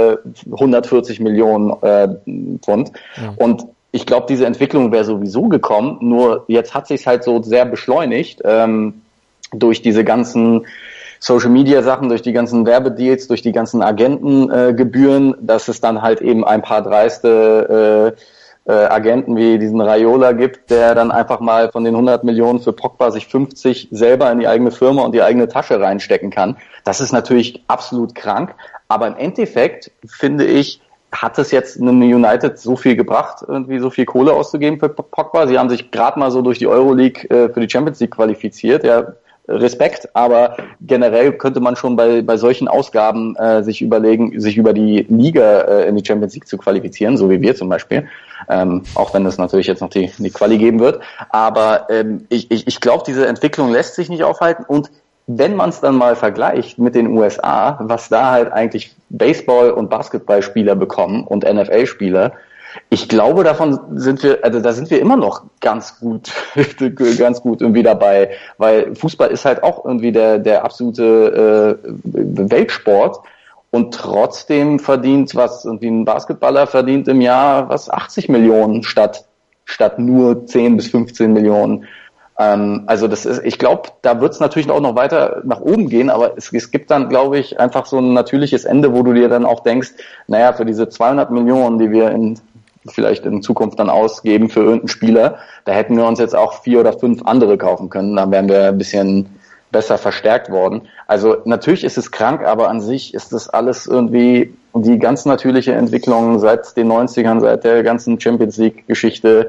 140 Millionen Pfund. Ja. Und ich glaube, diese Entwicklung wäre sowieso gekommen, nur jetzt hat sich halt so sehr beschleunigt durch diese ganzen Social-Media-Sachen, durch die ganzen Werbedeals, durch die ganzen Agentengebühren, dass es dann halt eben ein paar dreiste Agenten wie diesen Raiola gibt, der dann einfach mal von den 100 Millionen für Pogba sich 50 selber in die eigene Firma und die eigene Tasche reinstecken kann. Das ist natürlich absolut krank, aber im Endeffekt, finde ich, hat es jetzt einem United so viel gebracht, irgendwie so viel Kohle auszugeben für Pogba. Sie haben sich gerade mal so durch die Euroleague für die Champions League qualifiziert, ja. Respekt, aber generell könnte man schon bei solchen Ausgaben sich überlegen, sich über die Liga in die Champions League zu qualifizieren, so wie wir zum Beispiel, auch wenn es natürlich jetzt noch die Quali geben wird. Aber ich glaube, diese Entwicklung lässt sich nicht aufhalten und wenn man es dann mal vergleicht mit den USA, was da halt eigentlich Baseball- und Basketballspieler bekommen und NFL-Spieler, ich glaube, da sind wir immer noch ganz gut irgendwie dabei, weil Fußball ist halt auch irgendwie der absolute Weltsport und trotzdem verdient irgendwie ein Basketballer verdient im Jahr 80 Millionen statt nur 10 bis 15 Millionen. Also ich glaube, da wird es natürlich auch noch weiter nach oben gehen, aber es gibt dann, glaube ich, einfach so ein natürliches Ende, wo du dir dann auch denkst, naja, für diese 200 Millionen, die wir vielleicht in Zukunft dann ausgeben für irgendeinen Spieler, da hätten wir uns jetzt auch 4 oder 5 andere kaufen können, dann wären wir ein bisschen besser verstärkt worden. Also natürlich ist es krank, aber an sich ist das alles irgendwie die ganz natürliche Entwicklung seit den 90ern, seit der ganzen Champions League Geschichte.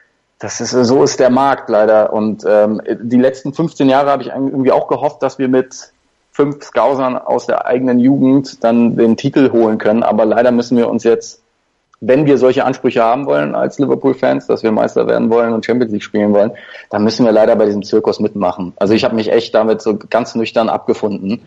So ist der Markt leider und die letzten 15 Jahre habe ich irgendwie auch gehofft, dass wir mit 5 Scousern aus der eigenen Jugend dann den Titel holen können, aber leider müssen wir uns jetzt, wenn wir solche Ansprüche haben wollen als Liverpool-Fans, dass wir Meister werden wollen und Champions League spielen wollen, dann müssen wir leider bei diesem Zirkus mitmachen. Also ich habe mich echt damit so ganz nüchtern abgefunden,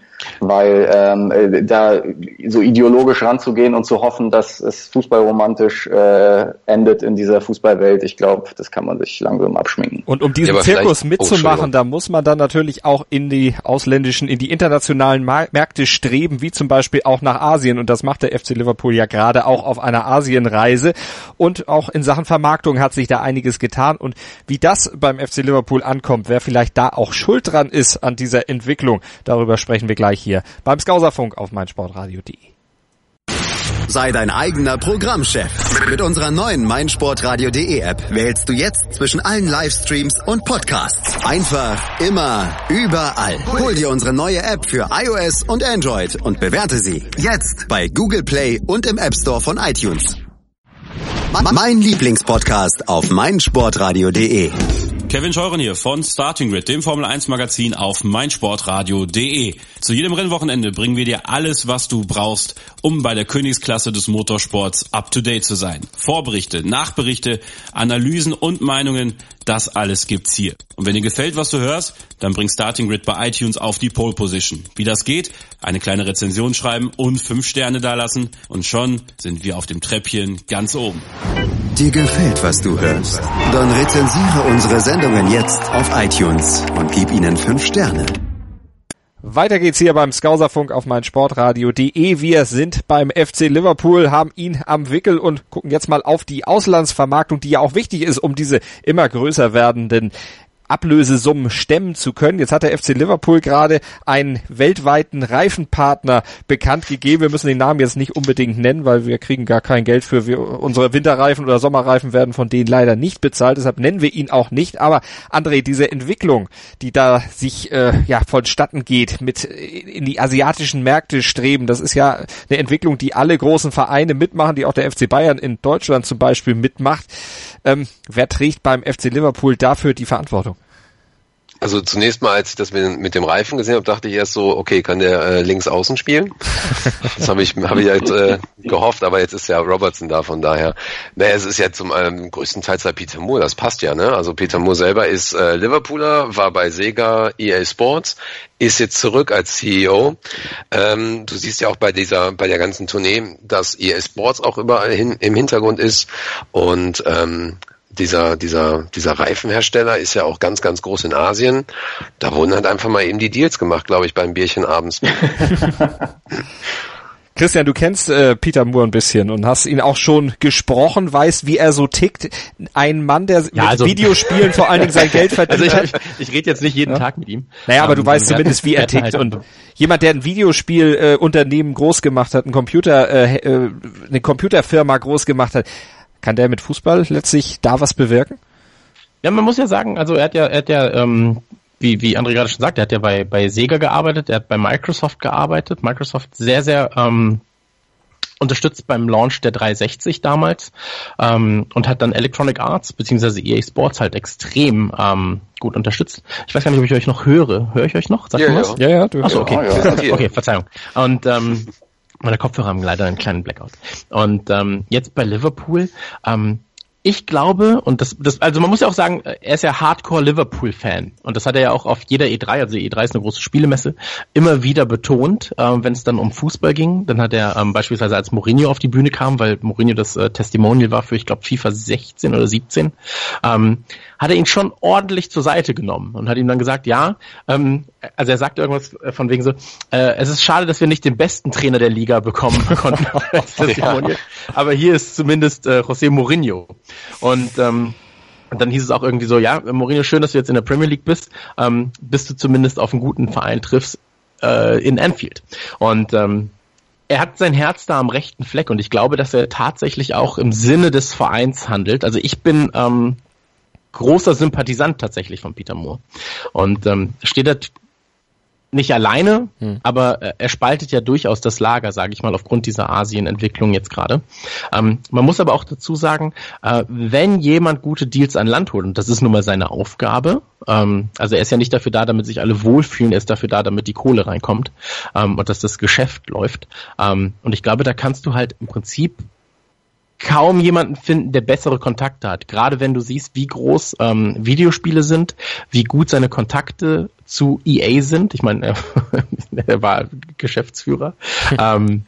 weil da so ideologisch ranzugehen und zu hoffen, dass es fußballromantisch endet in dieser Fußballwelt, ich glaube, das kann man sich langsam abschminken. Und um diesen Zirkus mitzumachen, da muss man dann natürlich auch in die internationalen Märkte streben, wie zum Beispiel auch nach Asien. Und das macht der FC Liverpool ja gerade auch auf einer Asienreise. Und auch in Sachen Vermarktung hat sich da einiges getan. Und wie das beim FC Liverpool ankommt, wer vielleicht da auch schuld dran ist an dieser Entwicklung, darüber sprechen wir gleich hier beim Skauserfunk auf meinsportradio.de. Sei dein eigener Programmchef. Mit unserer neuen meinsportradio.de App wählst du jetzt zwischen allen Livestreams und Podcasts. Einfach, immer, überall. Hol dir unsere neue App für iOS und Android und bewerte sie jetzt bei Google Play und im App Store von iTunes. Mein Lieblingspodcast auf meinsportradio.de. Kevin Scheuren hier von Starting Grid, dem Formel 1 Magazin auf meinsportradio.de. Zu jedem Rennwochenende bringen wir dir alles, was du brauchst, um bei der Königsklasse des Motorsports up to date zu sein. Vorberichte, Nachberichte, Analysen und Meinungen, das alles gibt's hier. Und wenn dir gefällt, was du hörst, dann bring Starting Grid bei iTunes auf die Pole Position. Wie das geht? Eine kleine Rezension schreiben und 5 Sterne dalassen und schon sind wir auf dem Treppchen ganz oben. Dir gefällt, was du hörst? Dann rezensiere unsere Sendungen jetzt auf iTunes und gib ihnen 5 Sterne. Weiter geht's hier beim Skauserfunk auf meinsportradio.de. Wir sind beim FC Liverpool, haben ihn am Wickel und gucken jetzt mal auf die Auslandsvermarktung, die ja auch wichtig ist, um diese immer größer werdenden Ablösesummen stemmen zu können. Jetzt hat der FC Liverpool gerade einen weltweiten Reifenpartner bekannt gegeben. Wir müssen den Namen jetzt nicht unbedingt nennen, weil wir kriegen gar kein Geld für. Unsere Winterreifen oder Sommerreifen werden von denen leider nicht bezahlt. Deshalb nennen wir ihn auch nicht. Aber André, diese Entwicklung, die da sich vonstatten geht, mit in die asiatischen Märkte streben, das ist ja eine Entwicklung, die alle großen Vereine mitmachen, die auch der FC Bayern in Deutschland zum Beispiel mitmacht. Wer trägt beim FC Liverpool dafür die Verantwortung? Also zunächst mal, als ich das mit dem Reifen gesehen habe, dachte ich erst so, okay, kann der links außen spielen? Das habe ich halt gehofft, aber jetzt ist ja Robertson da, von daher. Naja, es ist ja zum größtenteils halt Peter Moore, das passt ja, ne? Also Peter Moore selber ist Liverpooler, war bei Sega EA Sports, ist jetzt zurück als CEO. Du siehst ja auch bei der ganzen Tournee, dass EA Sports auch überall im Hintergrund ist und dieser Reifenhersteller ist ja auch ganz, ganz groß in Asien. Da wurden halt einfach mal eben die Deals gemacht, glaube ich, beim Bierchen abends. Christian, du kennst Peter Moore ein bisschen und hast ihn auch schon gesprochen, weißt, wie er so tickt. Ein Mann, der mit Videospielen vor allen Dingen sein Geld verdient hat. Ich rede jetzt nicht jeden Tag mit ihm. Naja, aber du weißt zumindest, wie er tickt. Halt und jemand, der ein Videospielunternehmen groß gemacht hat, eine Computerfirma groß gemacht hat, kann der mit Fußball letztlich da was bewirken? Ja, man muss ja sagen, also er hat ja wie André gerade schon sagt, er hat ja bei Sega gearbeitet, er hat bei Microsoft gearbeitet. Microsoft sehr, sehr unterstützt beim Launch der 360 damals und hat dann Electronic Arts bzw. EA Sports halt extrem gut unterstützt. Ich weiß gar nicht, ob ich euch noch höre. Höre ich euch noch? Sagt ihr was? Ja, du. Achso, okay. Ja. Okay, Verzeihung. Und meine Kopfhörer haben leider einen kleinen Blackout. Und jetzt bei Liverpool, ich glaube, und also man muss ja auch sagen, er ist ja Hardcore Liverpool-Fan. Und das hat er ja auch auf jeder E3, also die E3 ist eine große Spielemesse, immer wieder betont, wenn es dann um Fußball ging. Dann hat er beispielsweise, als Mourinho auf die Bühne kam, weil Mourinho das Testimonial war für, ich glaube, FIFA 16 oder 17, hat er ihn schon ordentlich zur Seite genommen und hat ihm dann gesagt, ja, also er sagte irgendwas von wegen so, es ist schade, dass wir nicht den besten Trainer der Liga bekommen konnten. Aber hier ist zumindest José Mourinho. Und dann hieß es auch irgendwie so, ja, Mourinho, schön, dass du jetzt in der Premier League bist, bis du zumindest auf einen guten Verein triffst in Anfield. Und er hat sein Herz da am rechten Fleck und ich glaube, dass er tatsächlich auch im Sinne des Vereins handelt. Also ich bin großer Sympathisant tatsächlich von Peter Moore. Und steht da nicht alleine, aber er spaltet ja durchaus das Lager, sage ich mal, aufgrund dieser Asien-Entwicklung jetzt gerade. Man muss aber auch dazu sagen, wenn jemand gute Deals an Land holt, und das ist nun mal seine Aufgabe, also er ist ja nicht dafür da, damit sich alle wohlfühlen, er ist dafür da, damit die Kohle reinkommt und dass das Geschäft läuft. Und ich glaube, da kannst du halt im Prinzip kaum jemanden finden, der bessere Kontakte hat. Gerade wenn du siehst, wie groß Videospiele sind, wie gut seine Kontakte zu EA sind. Ich meine, er war Geschäftsführer. Dann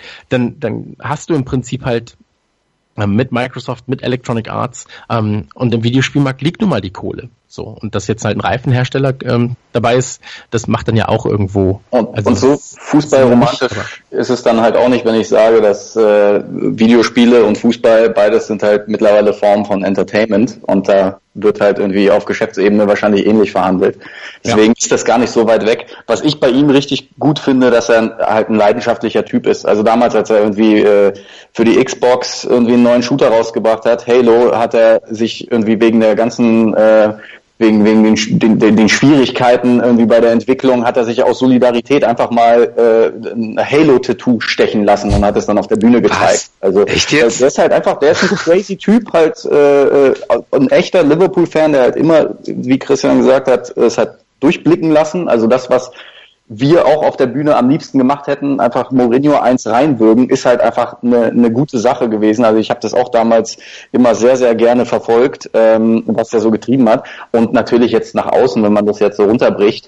hast du im Prinzip halt mit Microsoft, mit Electronic Arts und im Videospielmarkt liegt nun mal die Kohle. So, und dass jetzt halt ein Reifenhersteller dabei ist, das macht dann ja auch irgendwo. Und so fußballromantisch ist es dann halt auch nicht, wenn ich sage, dass Videospiele und Fußball, beides sind halt mittlerweile Formen von Entertainment und da wird halt irgendwie auf Geschäftsebene wahrscheinlich ähnlich verhandelt. Deswegen ist das gar nicht so weit weg. Was ich bei ihm richtig gut finde, dass er halt ein leidenschaftlicher Typ ist. Also damals, als er irgendwie für die Xbox irgendwie einen neuen Shooter rausgebracht hat, Halo, hat er sich irgendwie wegen der ganzen wegen den Schwierigkeiten irgendwie bei der Entwicklung hat er sich aus Solidarität einfach mal ein Halo-Tattoo stechen lassen und hat es dann auf der Bühne gezeigt. Also echt jetzt? Der ist halt einfach, der ist ein crazy Typ, halt ein echter Liverpool-Fan, der halt immer, wie Christian gesagt hat, es hat durchblicken lassen. Also das, was wir auch auf der Bühne am liebsten gemacht hätten, einfach Mourinho 1 reinwürgen, ist halt einfach eine gute Sache gewesen. Also ich habe das auch damals immer sehr, sehr gerne verfolgt, was er so getrieben hat. Und natürlich jetzt nach außen, wenn man das jetzt so runterbricht,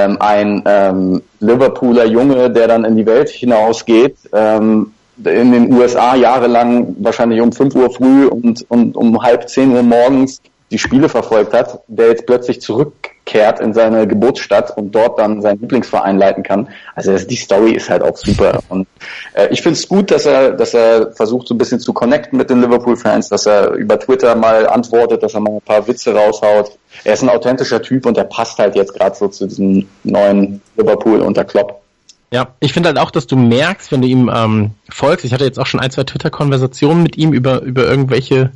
ein Liverpooler Junge, der dann in die Welt hinausgeht, in den USA jahrelang wahrscheinlich um 5 Uhr früh und um 9:30 Uhr morgens die Spiele verfolgt hat, der jetzt plötzlich zurückkehrt zurückkehrt in seine Geburtsstadt und dort dann seinen Lieblingsverein leiten kann. Also die Story ist halt auch super. Und ich finde es gut, dass er versucht, so ein bisschen zu connecten mit den Liverpool-Fans, dass er über Twitter mal antwortet, dass er mal ein paar Witze raushaut. Er ist ein authentischer Typ und er passt halt jetzt gerade so zu diesem neuen Liverpool unter Klopp. Ja, ich finde halt auch, dass du merkst, wenn du ihm folgst, ich hatte jetzt auch schon 1, 2 Twitter-Konversationen mit ihm über irgendwelche,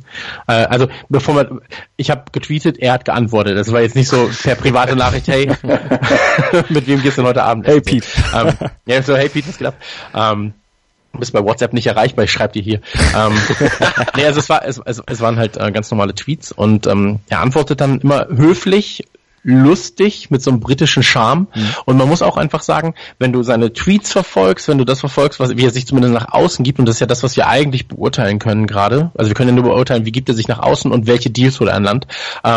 ich habe getweetet, er hat geantwortet. Das war jetzt nicht so per private Nachricht, hey, mit wem gehst du denn heute Abend? Hey Pete. Hey Pete, was geht ab? Du bist bei WhatsApp nicht erreichbar, ich schreibe dir hier. Nee, also es waren halt ganz normale Tweets und er antwortet dann immer höflich, lustig, mit so einem britischen Charme. Und man muss auch einfach sagen, wenn du seine Tweets verfolgst, wenn du das verfolgst, wie er sich zumindest nach außen gibt, und das ist ja das, was wir eigentlich beurteilen können gerade, also wir können ja nur beurteilen, wie gibt er sich nach außen und welche Deals holt er an Land.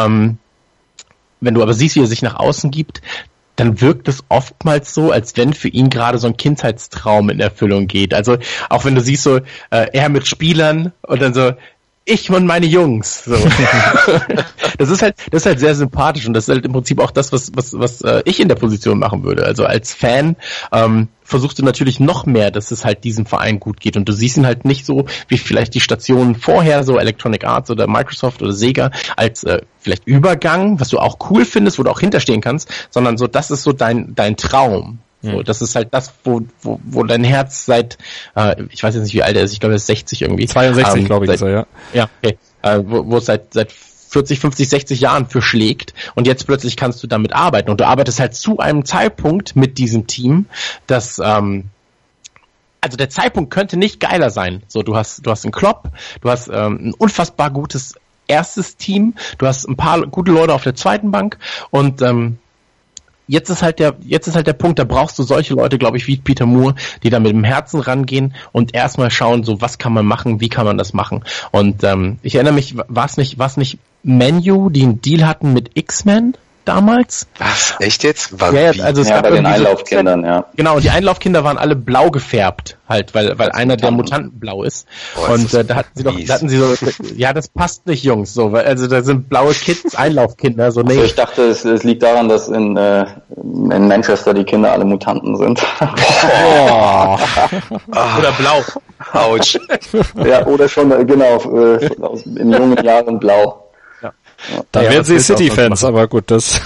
Wenn du aber siehst, wie er sich nach außen gibt, dann wirkt es oftmals so, als wenn für ihn gerade so ein Kindheitstraum in Erfüllung geht. Also auch wenn du siehst so, er mit Spielern und dann so, ich und meine Jungs. So. Das ist halt sehr sympathisch und das ist halt im Prinzip auch das, was ich in der Position machen würde. Also als Fan versuchst du natürlich noch mehr, dass es halt diesem Verein gut geht und du siehst ihn halt nicht so wie vielleicht die Stationen vorher, so Electronic Arts oder Microsoft oder Sega, als vielleicht Übergang, was du auch cool findest, wo du auch hinterstehen kannst, sondern so, das ist so dein Traum. So, das ist halt das, wo dein Herz seit, ich weiß jetzt nicht, wie alt er ist, ich glaube, er ist 60 irgendwie. 62, glaube ich, ist er, ja. Ja, okay. Wo es seit 40, 50, 60 Jahren für schlägt und jetzt plötzlich kannst du damit arbeiten und du arbeitest halt zu einem Zeitpunkt mit diesem Team, dass, also der Zeitpunkt könnte nicht geiler sein. So, du hast einen Klopp, du hast ein unfassbar gutes erstes Team, du hast ein paar gute Leute auf der zweiten Bank und Jetzt ist halt der Punkt, da brauchst du solche Leute, glaube ich, wie Peter Moore, die da mit dem Herzen rangehen und erstmal schauen, so was kann man machen, wie kann man das machen. Und ich erinnere mich, war es nicht Man U, die einen Deal hatten mit X-Men damals? Was? Echt jetzt? Ja, also es gab bei den Einlaufkindern, ja. Genau, und die Einlaufkinder waren alle blau gefärbt, halt, weil einer der Mutanten blau ist. Und da hatten sie so, ja, das passt nicht, Jungs, so, weil, also da sind blaue Kids, Einlaufkinder, so, nee. Also ich dachte, es liegt daran, dass in Manchester die Kinder alle Mutanten sind. Oder blau. Autsch. Ja, oder schon, genau, in jungen Jahren blau. Da werden sie City-Fans, aber gut, das...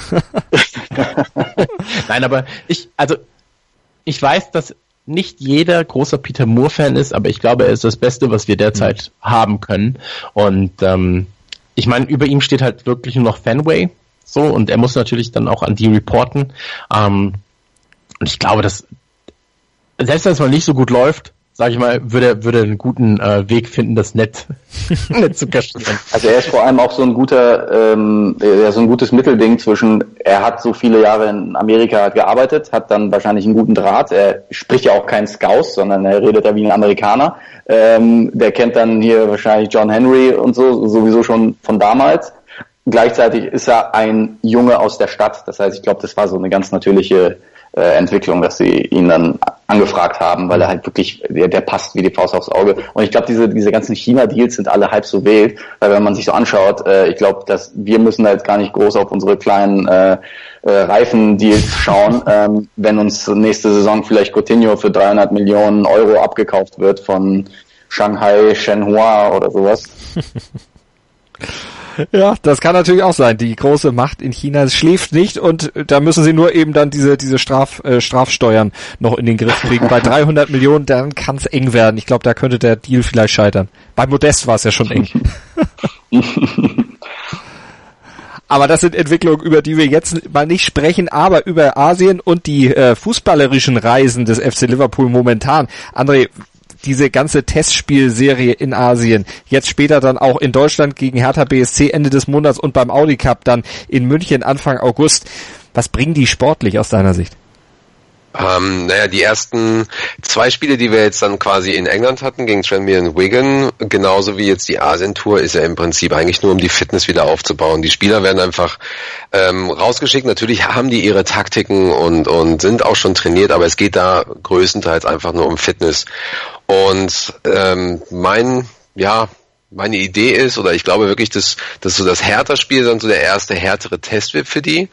Nein, aber ich weiß, dass nicht jeder großer Peter Moore-Fan ist, aber ich glaube, er ist das Beste, was wir derzeit haben können. Und ich meine, über ihm steht halt wirklich nur noch Fenway, so, und er muss natürlich dann auch an die reporten. Und ich glaube, dass selbst wenn es mal nicht so gut läuft, sag ich mal, würde einen guten Weg finden, das Netz zu kaschieren. Also er ist vor allem auch so ein gutes Mittelding zwischen, er hat so viele Jahre in Amerika gearbeitet, hat dann wahrscheinlich einen guten Draht, er spricht ja auch kein Scouse, sondern er redet ja wie ein Amerikaner, der kennt dann hier wahrscheinlich John Henry und so, sowieso schon von damals. Gleichzeitig ist er ein Junge aus der Stadt, das heißt, ich glaube, das war so eine ganz natürliche Entwicklung, dass sie ihn dann angefragt haben, weil er halt wirklich, der passt wie die Faust aufs Auge. Und ich glaube, diese ganzen China-Deals sind alle halb so wild, weil wenn man sich so anschaut, ich glaube, dass wir müssen da jetzt gar nicht groß auf unsere kleinen Reifen-Deals schauen, wenn uns nächste Saison vielleicht Coutinho für 300 Millionen Euro abgekauft wird von Shanghai Shenhua oder sowas. Ja, das kann natürlich auch sein. Die große Macht in China schläft nicht und da müssen sie nur eben dann diese Strafsteuern noch in den Griff kriegen. Bei 300 Millionen, dann kann es eng werden. Ich glaube, da könnte der Deal vielleicht scheitern. Bei Modest war es ja schon eng. Aber das sind Entwicklungen, über die wir jetzt mal nicht sprechen, aber über Asien und die fußballerischen Reisen des FC Liverpool momentan. André, diese ganze Testspielserie in Asien, jetzt später dann auch in Deutschland gegen Hertha BSC Ende des Monats und beim Audi Cup dann in München Anfang August. Was bringen die sportlich aus deiner Sicht? Die ersten 2 Spiele, die wir jetzt dann quasi in England hatten, gegen Tranmere und Wigan, genauso wie jetzt die Asien-Tour, ist ja im Prinzip eigentlich nur, um die Fitness wieder aufzubauen. Die Spieler werden einfach rausgeschickt. Natürlich haben die ihre Taktiken und sind auch schon trainiert, aber es geht da größtenteils einfach nur um Fitness. Und meine Idee ist, oder ich glaube wirklich, dass so das Hertha-Spiel dann so der erste härtere Test wird für die.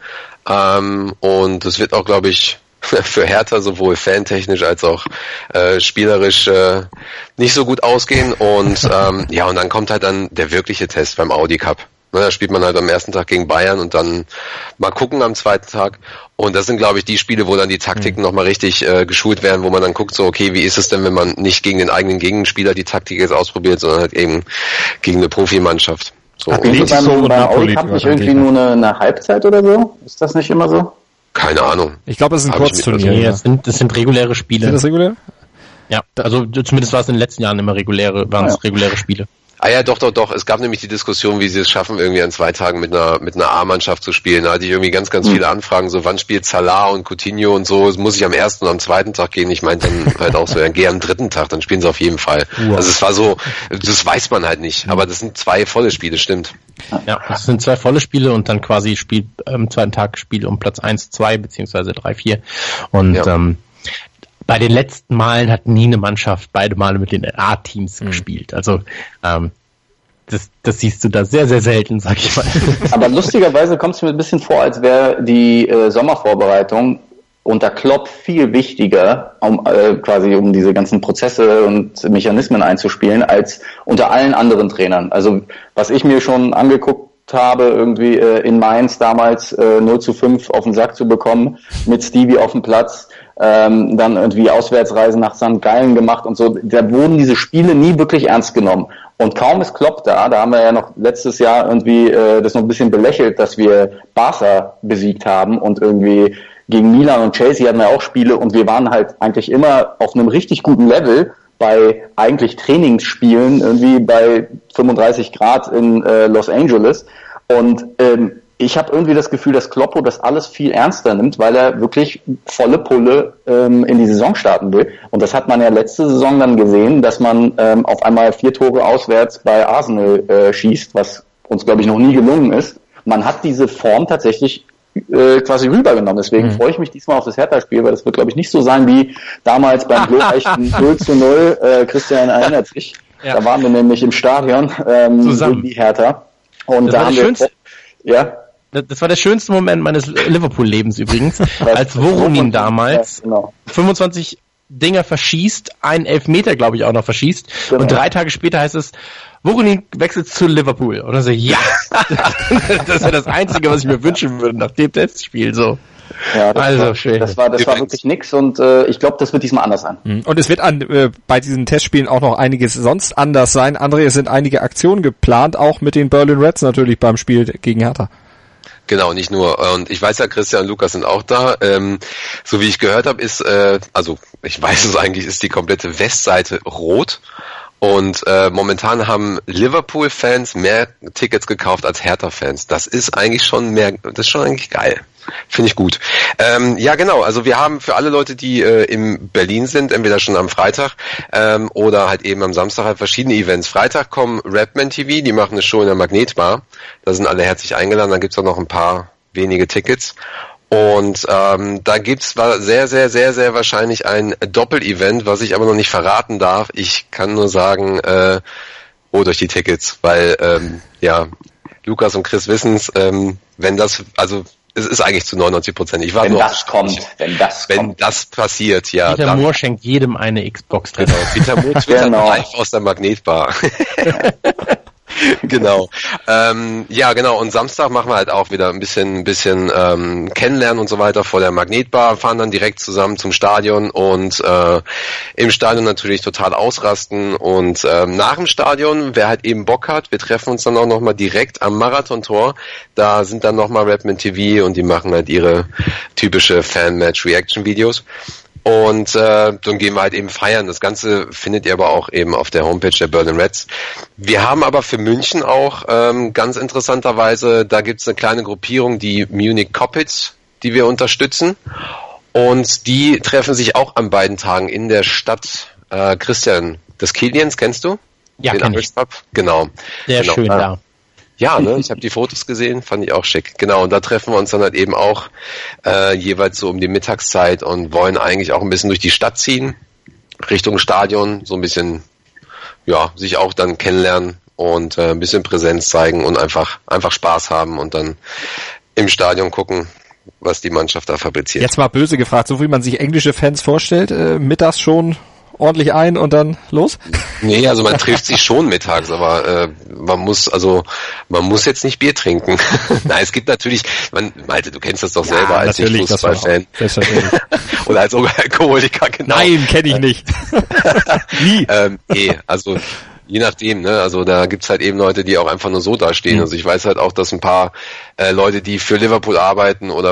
Und das wird auch, glaube ich, für Hertha sowohl fantechnisch als auch spielerisch nicht so gut ausgehen. Und und dann kommt halt dann der wirkliche Test beim Audi Cup. Da spielt man halt am ersten Tag gegen Bayern und dann mal gucken am zweiten Tag. Und das sind, glaube ich, die Spiele, wo dann die Taktiken nochmal richtig geschult werden, wo man dann guckt, so, okay, wie ist es denn, wenn man nicht gegen den eigenen Gegenspieler die Taktik jetzt ausprobiert, sondern halt eben gegen eine Profimannschaft. So. Beim Audi Cup nicht irgendwie nur eine Halbzeit oder so? Ist das nicht immer so? Keine Ahnung. Ich glaube, es ist ein Kurzturnier. Nee, das sind reguläre Spiele. Sind das regulär? Ja, also zumindest war es in den letzten Jahren immer reguläre Spiele. Ah ja, doch. Es gab nämlich die Diskussion, wie sie es schaffen, irgendwie an 2 Tagen mit einer A-Mannschaft zu spielen. Da hatte ich irgendwie ganz viele Anfragen, so wann spielt Salah und Coutinho und so. Muss ich am ersten und am zweiten Tag gehen? Ich meinte dann halt auch so, ja, geh am 3. Tag, dann spielen sie auf jeden Fall. Wow. Also es war so, das weiß man halt nicht. Aber das sind 2 volle Spiele, stimmt. Ja, das sind 2 volle Spiele und dann quasi Spiel am zweiten Tag Spiel um Platz 1, 2 beziehungsweise 3, 4. Und bei den letzten Malen hat nie eine Mannschaft beide Male mit den A-Teams gespielt. Also das siehst du da sehr, sehr selten, sag ich mal. Aber lustigerweise kommt es mir ein bisschen vor, als wäre die Sommervorbereitung unter Klopp viel wichtiger, um diese ganzen Prozesse und Mechanismen einzuspielen, als unter allen anderen Trainern. Also was ich mir schon angeguckt habe, irgendwie in Mainz damals 0:5 auf den Sack zu bekommen, mit Stevie auf dem Platz, dann irgendwie Auswärtsreisen nach St. Gallen gemacht und so. Da wurden diese Spiele nie wirklich ernst genommen. Und kaum ist Klopp da haben wir ja noch letztes Jahr irgendwie das noch ein bisschen belächelt, dass wir Barca besiegt haben und irgendwie gegen Milan und Chelsea hatten wir auch Spiele und wir waren halt eigentlich immer auf einem richtig guten Level bei eigentlich Trainingsspielen irgendwie bei 35 Grad in Los Angeles und ich habe irgendwie das Gefühl, dass Kloppo das alles viel ernster nimmt, weil er wirklich volle Pulle in die Saison starten will. Und das hat man ja letzte Saison dann gesehen, dass man auf einmal 4 Tore auswärts bei Arsenal schießt, was uns, glaube ich, noch nie gelungen ist. Man hat diese Form tatsächlich quasi rübergenommen. Deswegen freue ich mich diesmal auf das Hertha-Spiel, weil das wird, glaube ich, nicht so sein wie damals beim glorreichen 0:0. Christian erinnert sich. Ja. Da waren wir nämlich im Stadion zusammen gegen die Hertha. Und das da haben wir... Das war der schönste Moment meines Liverpool-Lebens übrigens, als Voronin damals 25 Dinger verschießt, einen Elfmeter, glaube ich, auch noch verschießt. Genau. Und 3 Tage später heißt es, Voronin wechselt zu Liverpool. Und dann so, ja, das wäre das Einzige, was ich mir wünschen würde nach dem Testspiel. So. Ja, das war wirklich nix und ich glaube, das wird diesmal anders sein. Und es wird bei diesen Testspielen auch noch einiges sonst anders sein. André, es sind einige Aktionen geplant, auch mit den Berlin Reds natürlich beim Spiel gegen Hertha. Genau, nicht nur. Und ich weiß ja, Christian und Lukas sind auch da. So wie ich gehört habe, ist, also ich weiß es eigentlich, ist die komplette Westseite rot. Und momentan haben Liverpool-Fans mehr Tickets gekauft als Hertha-Fans. Das ist eigentlich schon eigentlich geil. Finde ich gut. Ja, genau. Also wir haben für alle Leute, die in Berlin sind, entweder schon am Freitag oder halt eben am Samstag halt verschiedene Events. Freitag kommen Rapman TV, die machen eine Show in der Magnetbar. Da sind alle herzlich eingeladen. Dann gibt's auch noch ein paar wenige Tickets. Und da gibt's sehr, sehr, sehr, sehr wahrscheinlich ein Doppel-Event, was ich aber noch nicht verraten darf. Ich kann nur sagen, holt euch die Tickets, weil Lukas und Chris wissen's, es ist eigentlich zu 99%. Wenn das passiert, ja. Peter Moore schenkt jedem eine Xbox drin. Genau. Peter Moore twittert live aus der Magnetbar. Genau. Ja, genau. Und Samstag machen wir halt auch wieder ein bisschen kennenlernen und so weiter vor der Magnetbar, fahren dann direkt zusammen zum Stadion und im Stadion natürlich total ausrasten und nach dem Stadion, wer halt eben Bock hat, wir treffen uns dann auch nochmal direkt am Marathontor. Da sind dann nochmal Rapman TV und die machen halt ihre typische Fan-Match-Reaction-Videos. Und dann gehen wir halt eben feiern. Das Ganze findet ihr aber auch eben auf der Homepage der Berlin Reds. Wir haben aber für München auch ganz interessanterweise, da gibt's eine kleine Gruppierung, die Munich Coppits, die wir unterstützen. Und die treffen sich auch an beiden Tagen in der Stadt. Christian, das Kilians kennst du? Ja, kenn ich. Genau. Sehr genau. Schön da. Ja, ne, ich habe die Fotos gesehen, fand ich auch schick. Genau, und da treffen wir uns dann halt eben auch jeweils so um die Mittagszeit und wollen eigentlich auch ein bisschen durch die Stadt ziehen, Richtung Stadion, so ein bisschen, ja, sich auch dann kennenlernen und ein bisschen Präsenz zeigen und einfach Spaß haben und dann im Stadion gucken, was die Mannschaft da fabriziert. Jetzt mal böse gefragt, so wie man sich englische Fans vorstellt, mittags schon ordentlich ein und dann los? Nee, also man trifft sich schon mittags, aber man muss jetzt nicht Bier trinken. Nein, es gibt natürlich, Malte, du kennst das doch selber als Nicht-Fußballfan. Oder als Alkoholiker, genau. Nein, kenne ich nicht. Nie. Also je nachdem, ne? Also da gibt's halt eben Leute, die auch einfach nur so dastehen. Also ich weiß halt auch, dass ein paar Leute, die für Liverpool arbeiten oder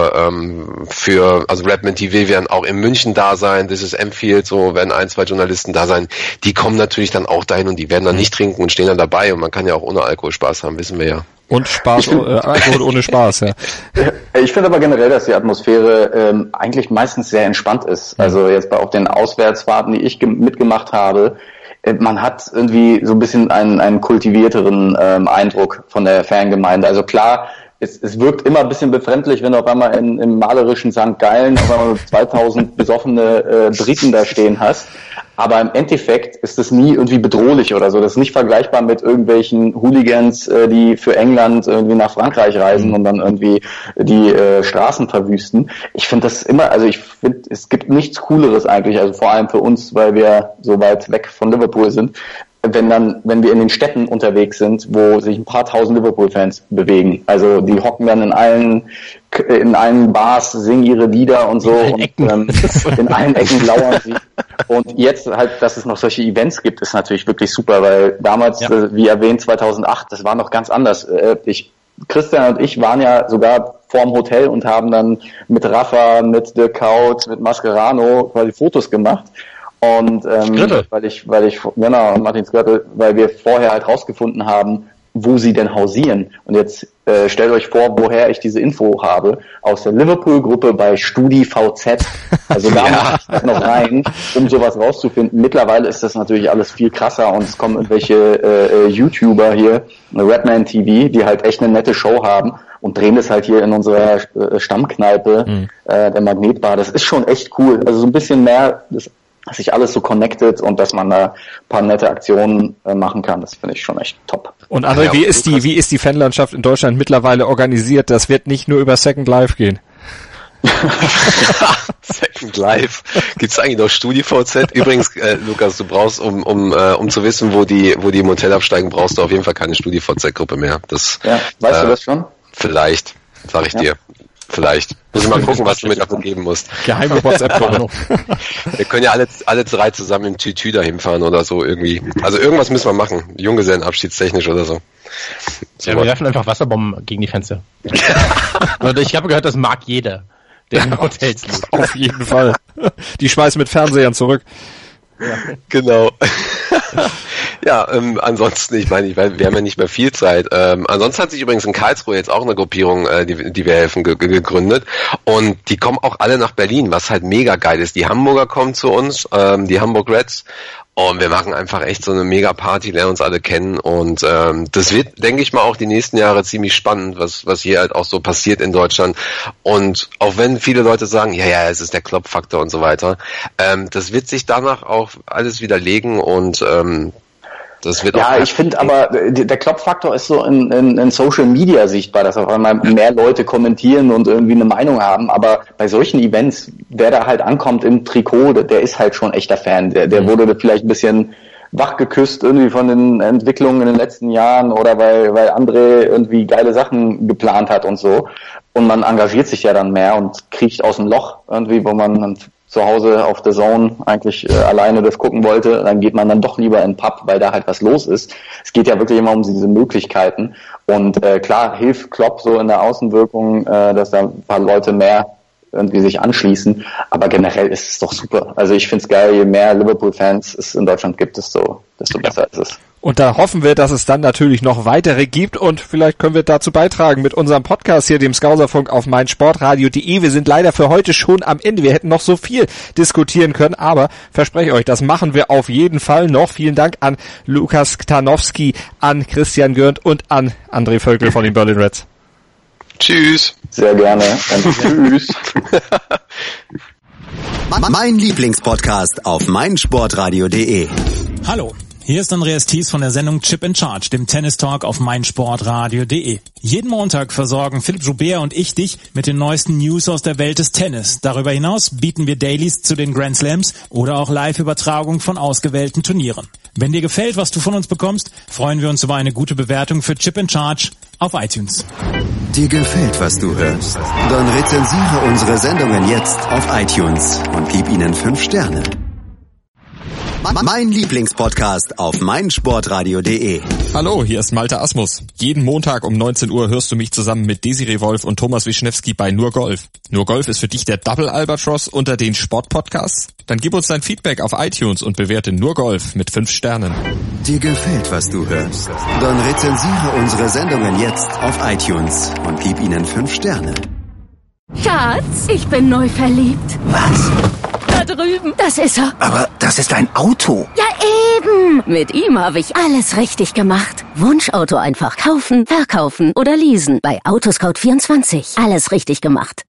also Redman TV werden auch in München da sein, This is Anfield, so werden 1, 2 Journalisten da sein. Die kommen natürlich dann auch dahin und die werden dann nicht trinken und stehen dann dabei und man kann ja auch ohne Alkohol Spaß haben, wissen wir ja. Und Spaß, Alkohol ohne Spaß, ja. Ich finde aber generell, dass die Atmosphäre eigentlich meistens sehr entspannt ist. Also jetzt bei auch den Auswärtsfahrten, die ich mitgemacht habe, man hat irgendwie so ein bisschen einen kultivierteren Eindruck von der Fangemeinde. Also klar, es wirkt immer ein bisschen befremdlich, wenn du auf einmal im malerischen St. Gallen auf einmal 2000 besoffene Briten da stehen hast. Aber im Endeffekt ist das nie irgendwie bedrohlich oder so. Das ist nicht vergleichbar mit irgendwelchen Hooligans, die für England irgendwie nach Frankreich reisen und dann irgendwie die Straßen verwüsten. Ich finde das immer, also ich finde, es gibt nichts Cooleres eigentlich, also vor allem für uns, weil wir so weit weg von Liverpool sind, wenn wir in den Städten unterwegs sind, wo sich ein paar tausend Liverpool-Fans bewegen. Also die hocken dann in allen Bars, singen ihre Lieder und so und in allen Ecken lauern sie. Und jetzt halt, dass es noch solche Events gibt, ist natürlich wirklich super, weil damals, wie erwähnt, 2008, das war noch ganz anders. Christian und ich waren ja sogar vorm Hotel und haben dann mit Rafa, mit Dirk Kuyt, mit Mascherano quasi Fotos gemacht. Und und Martin Skirtle, weil wir vorher halt rausgefunden haben, wo sie denn hausieren. Und jetzt stellt euch vor, woher ich diese Info habe. Aus der Liverpool-Gruppe bei StudiVZ. Also da muss ich noch rein, um sowas rauszufinden. Mittlerweile ist das natürlich alles viel krasser und es kommen irgendwelche YouTuber hier, Redman TV, die halt echt eine nette Show haben und drehen das halt hier in unserer Stammkneipe, der Magnetbar. Das ist schon echt cool. Also so ein bisschen mehr, dass sich alles so connected und dass man da ein paar nette Aktionen machen kann, das finde ich schon echt top. Und André, wie ist die Fanlandschaft in Deutschland mittlerweile organisiert? Das wird nicht nur über Second Life gehen. Second Life. Gibt's eigentlich noch StudiVZ? Übrigens, Lukas, du brauchst, um zu wissen, wo die im Hotel absteigen, brauchst du auf jeden Fall keine StudiVZ-Gruppe mehr. Das, weißt du das schon? Vielleicht, sag ich dir. Vielleicht. Muss ich mal gucken, was du mit abgeben musst. Geheime WhatsApp-Gruppe. Wir können ja alle 3 zusammen im Tütü dahin fahren oder so irgendwie. Also irgendwas müssen wir machen. Junggesellenabschiedstechnisch oder so. Ja, wir werfen einfach Wasserbomben gegen die Fenster. Ich habe gehört, das mag jeder, der in Hotels lebt. Auf jeden Fall. Die schmeißen mit Fernsehern zurück. Ja. Genau. Ja, ansonsten, wir haben ja nicht mehr viel Zeit. Ansonsten hat sich übrigens in Karlsruhe jetzt auch eine Gruppierung, die wir helfen, gegründet. Und die kommen auch alle nach Berlin, was halt mega geil ist. Die Hamburger kommen zu uns, die Hamburg Reds. Und wir machen einfach echt so eine mega Party, lernen uns alle kennen. Und das wird, denke ich mal, auch die nächsten Jahre ziemlich spannend, was hier halt auch so passiert in Deutschland. Und auch wenn viele Leute sagen, ja, es ist der Klopp-Faktor und so weiter, das wird sich danach auch alles widerlegen und das wird ich finde aber, der Klopp-Faktor ist so in Social Media sichtbar, dass auf einmal mehr Leute kommentieren und irgendwie eine Meinung haben, aber bei solchen Events, wer da halt ankommt im Trikot, der ist halt schon echter Fan, der wurde vielleicht ein bisschen wachgeküsst irgendwie von den Entwicklungen in den letzten Jahren oder weil André irgendwie geile Sachen geplant hat und so und man engagiert sich ja dann mehr und kriecht aus dem Loch irgendwie, wo man dann zu Hause auf The Zone eigentlich alleine das gucken wollte, dann geht man dann doch lieber in den Pub, weil da halt was los ist. Es geht ja wirklich immer um diese Möglichkeiten und klar hilft Klopp so in der Außenwirkung, dass da ein paar Leute mehr irgendwie sich anschließen, aber generell ist es doch super. Also ich find's geil, je mehr Liverpool-Fans es in Deutschland gibt, desto besser ist es. Und da hoffen wir, dass es dann natürlich noch weitere gibt und vielleicht können wir dazu beitragen mit unserem Podcast hier, dem Skauserfunk auf meinsportradio.de. Wir sind leider für heute schon am Ende. Wir hätten noch so viel diskutieren können, aber verspreche euch, das machen wir auf jeden Fall noch. Vielen Dank an Lukas Ktanowski, an Christian Gürnt und an André Völkel von den Berlin Reds. Tschüss. Sehr gerne. Und tschüss. Mein Lieblingspodcast auf meinsportradio.de. Hallo. Hier ist Andreas Thies von der Sendung Chip in Charge, dem Tennis-Talk auf meinsportradio.de. Jeden Montag versorgen Philipp Joubert und ich dich mit den neuesten News aus der Welt des Tennis. Darüber hinaus bieten wir Dailies zu den Grand Slams oder auch Live-Übertragung von ausgewählten Turnieren. Wenn dir gefällt, was du von uns bekommst, freuen wir uns über eine gute Bewertung für Chip in Charge auf iTunes. Dir gefällt, was du hörst? Dann rezensiere unsere Sendungen jetzt auf iTunes und gib ihnen 5 Sterne. Mein Lieblingspodcast auf meinsportradio.de. Hallo, hier ist Malte Asmus. Jeden Montag um 19 Uhr hörst du mich zusammen mit Desiree Wolf und Thomas Wischnewski bei Nur Golf. Nur Golf ist für dich der Double Albatross unter den Sportpodcasts? Dann gib uns dein Feedback auf iTunes und bewerte Nur Golf mit 5 Sternen. Dir gefällt, was du hörst? Dann rezensiere unsere Sendungen jetzt auf iTunes und gib ihnen 5 Sterne. Schatz, ich bin neu verliebt. Was? Da drüben. Das ist er. Aber das ist ein Auto. Ja, eben. Mit ihm habe ich alles richtig gemacht. Wunschauto einfach kaufen, verkaufen oder leasen. Bei Autoscout24. Alles richtig gemacht.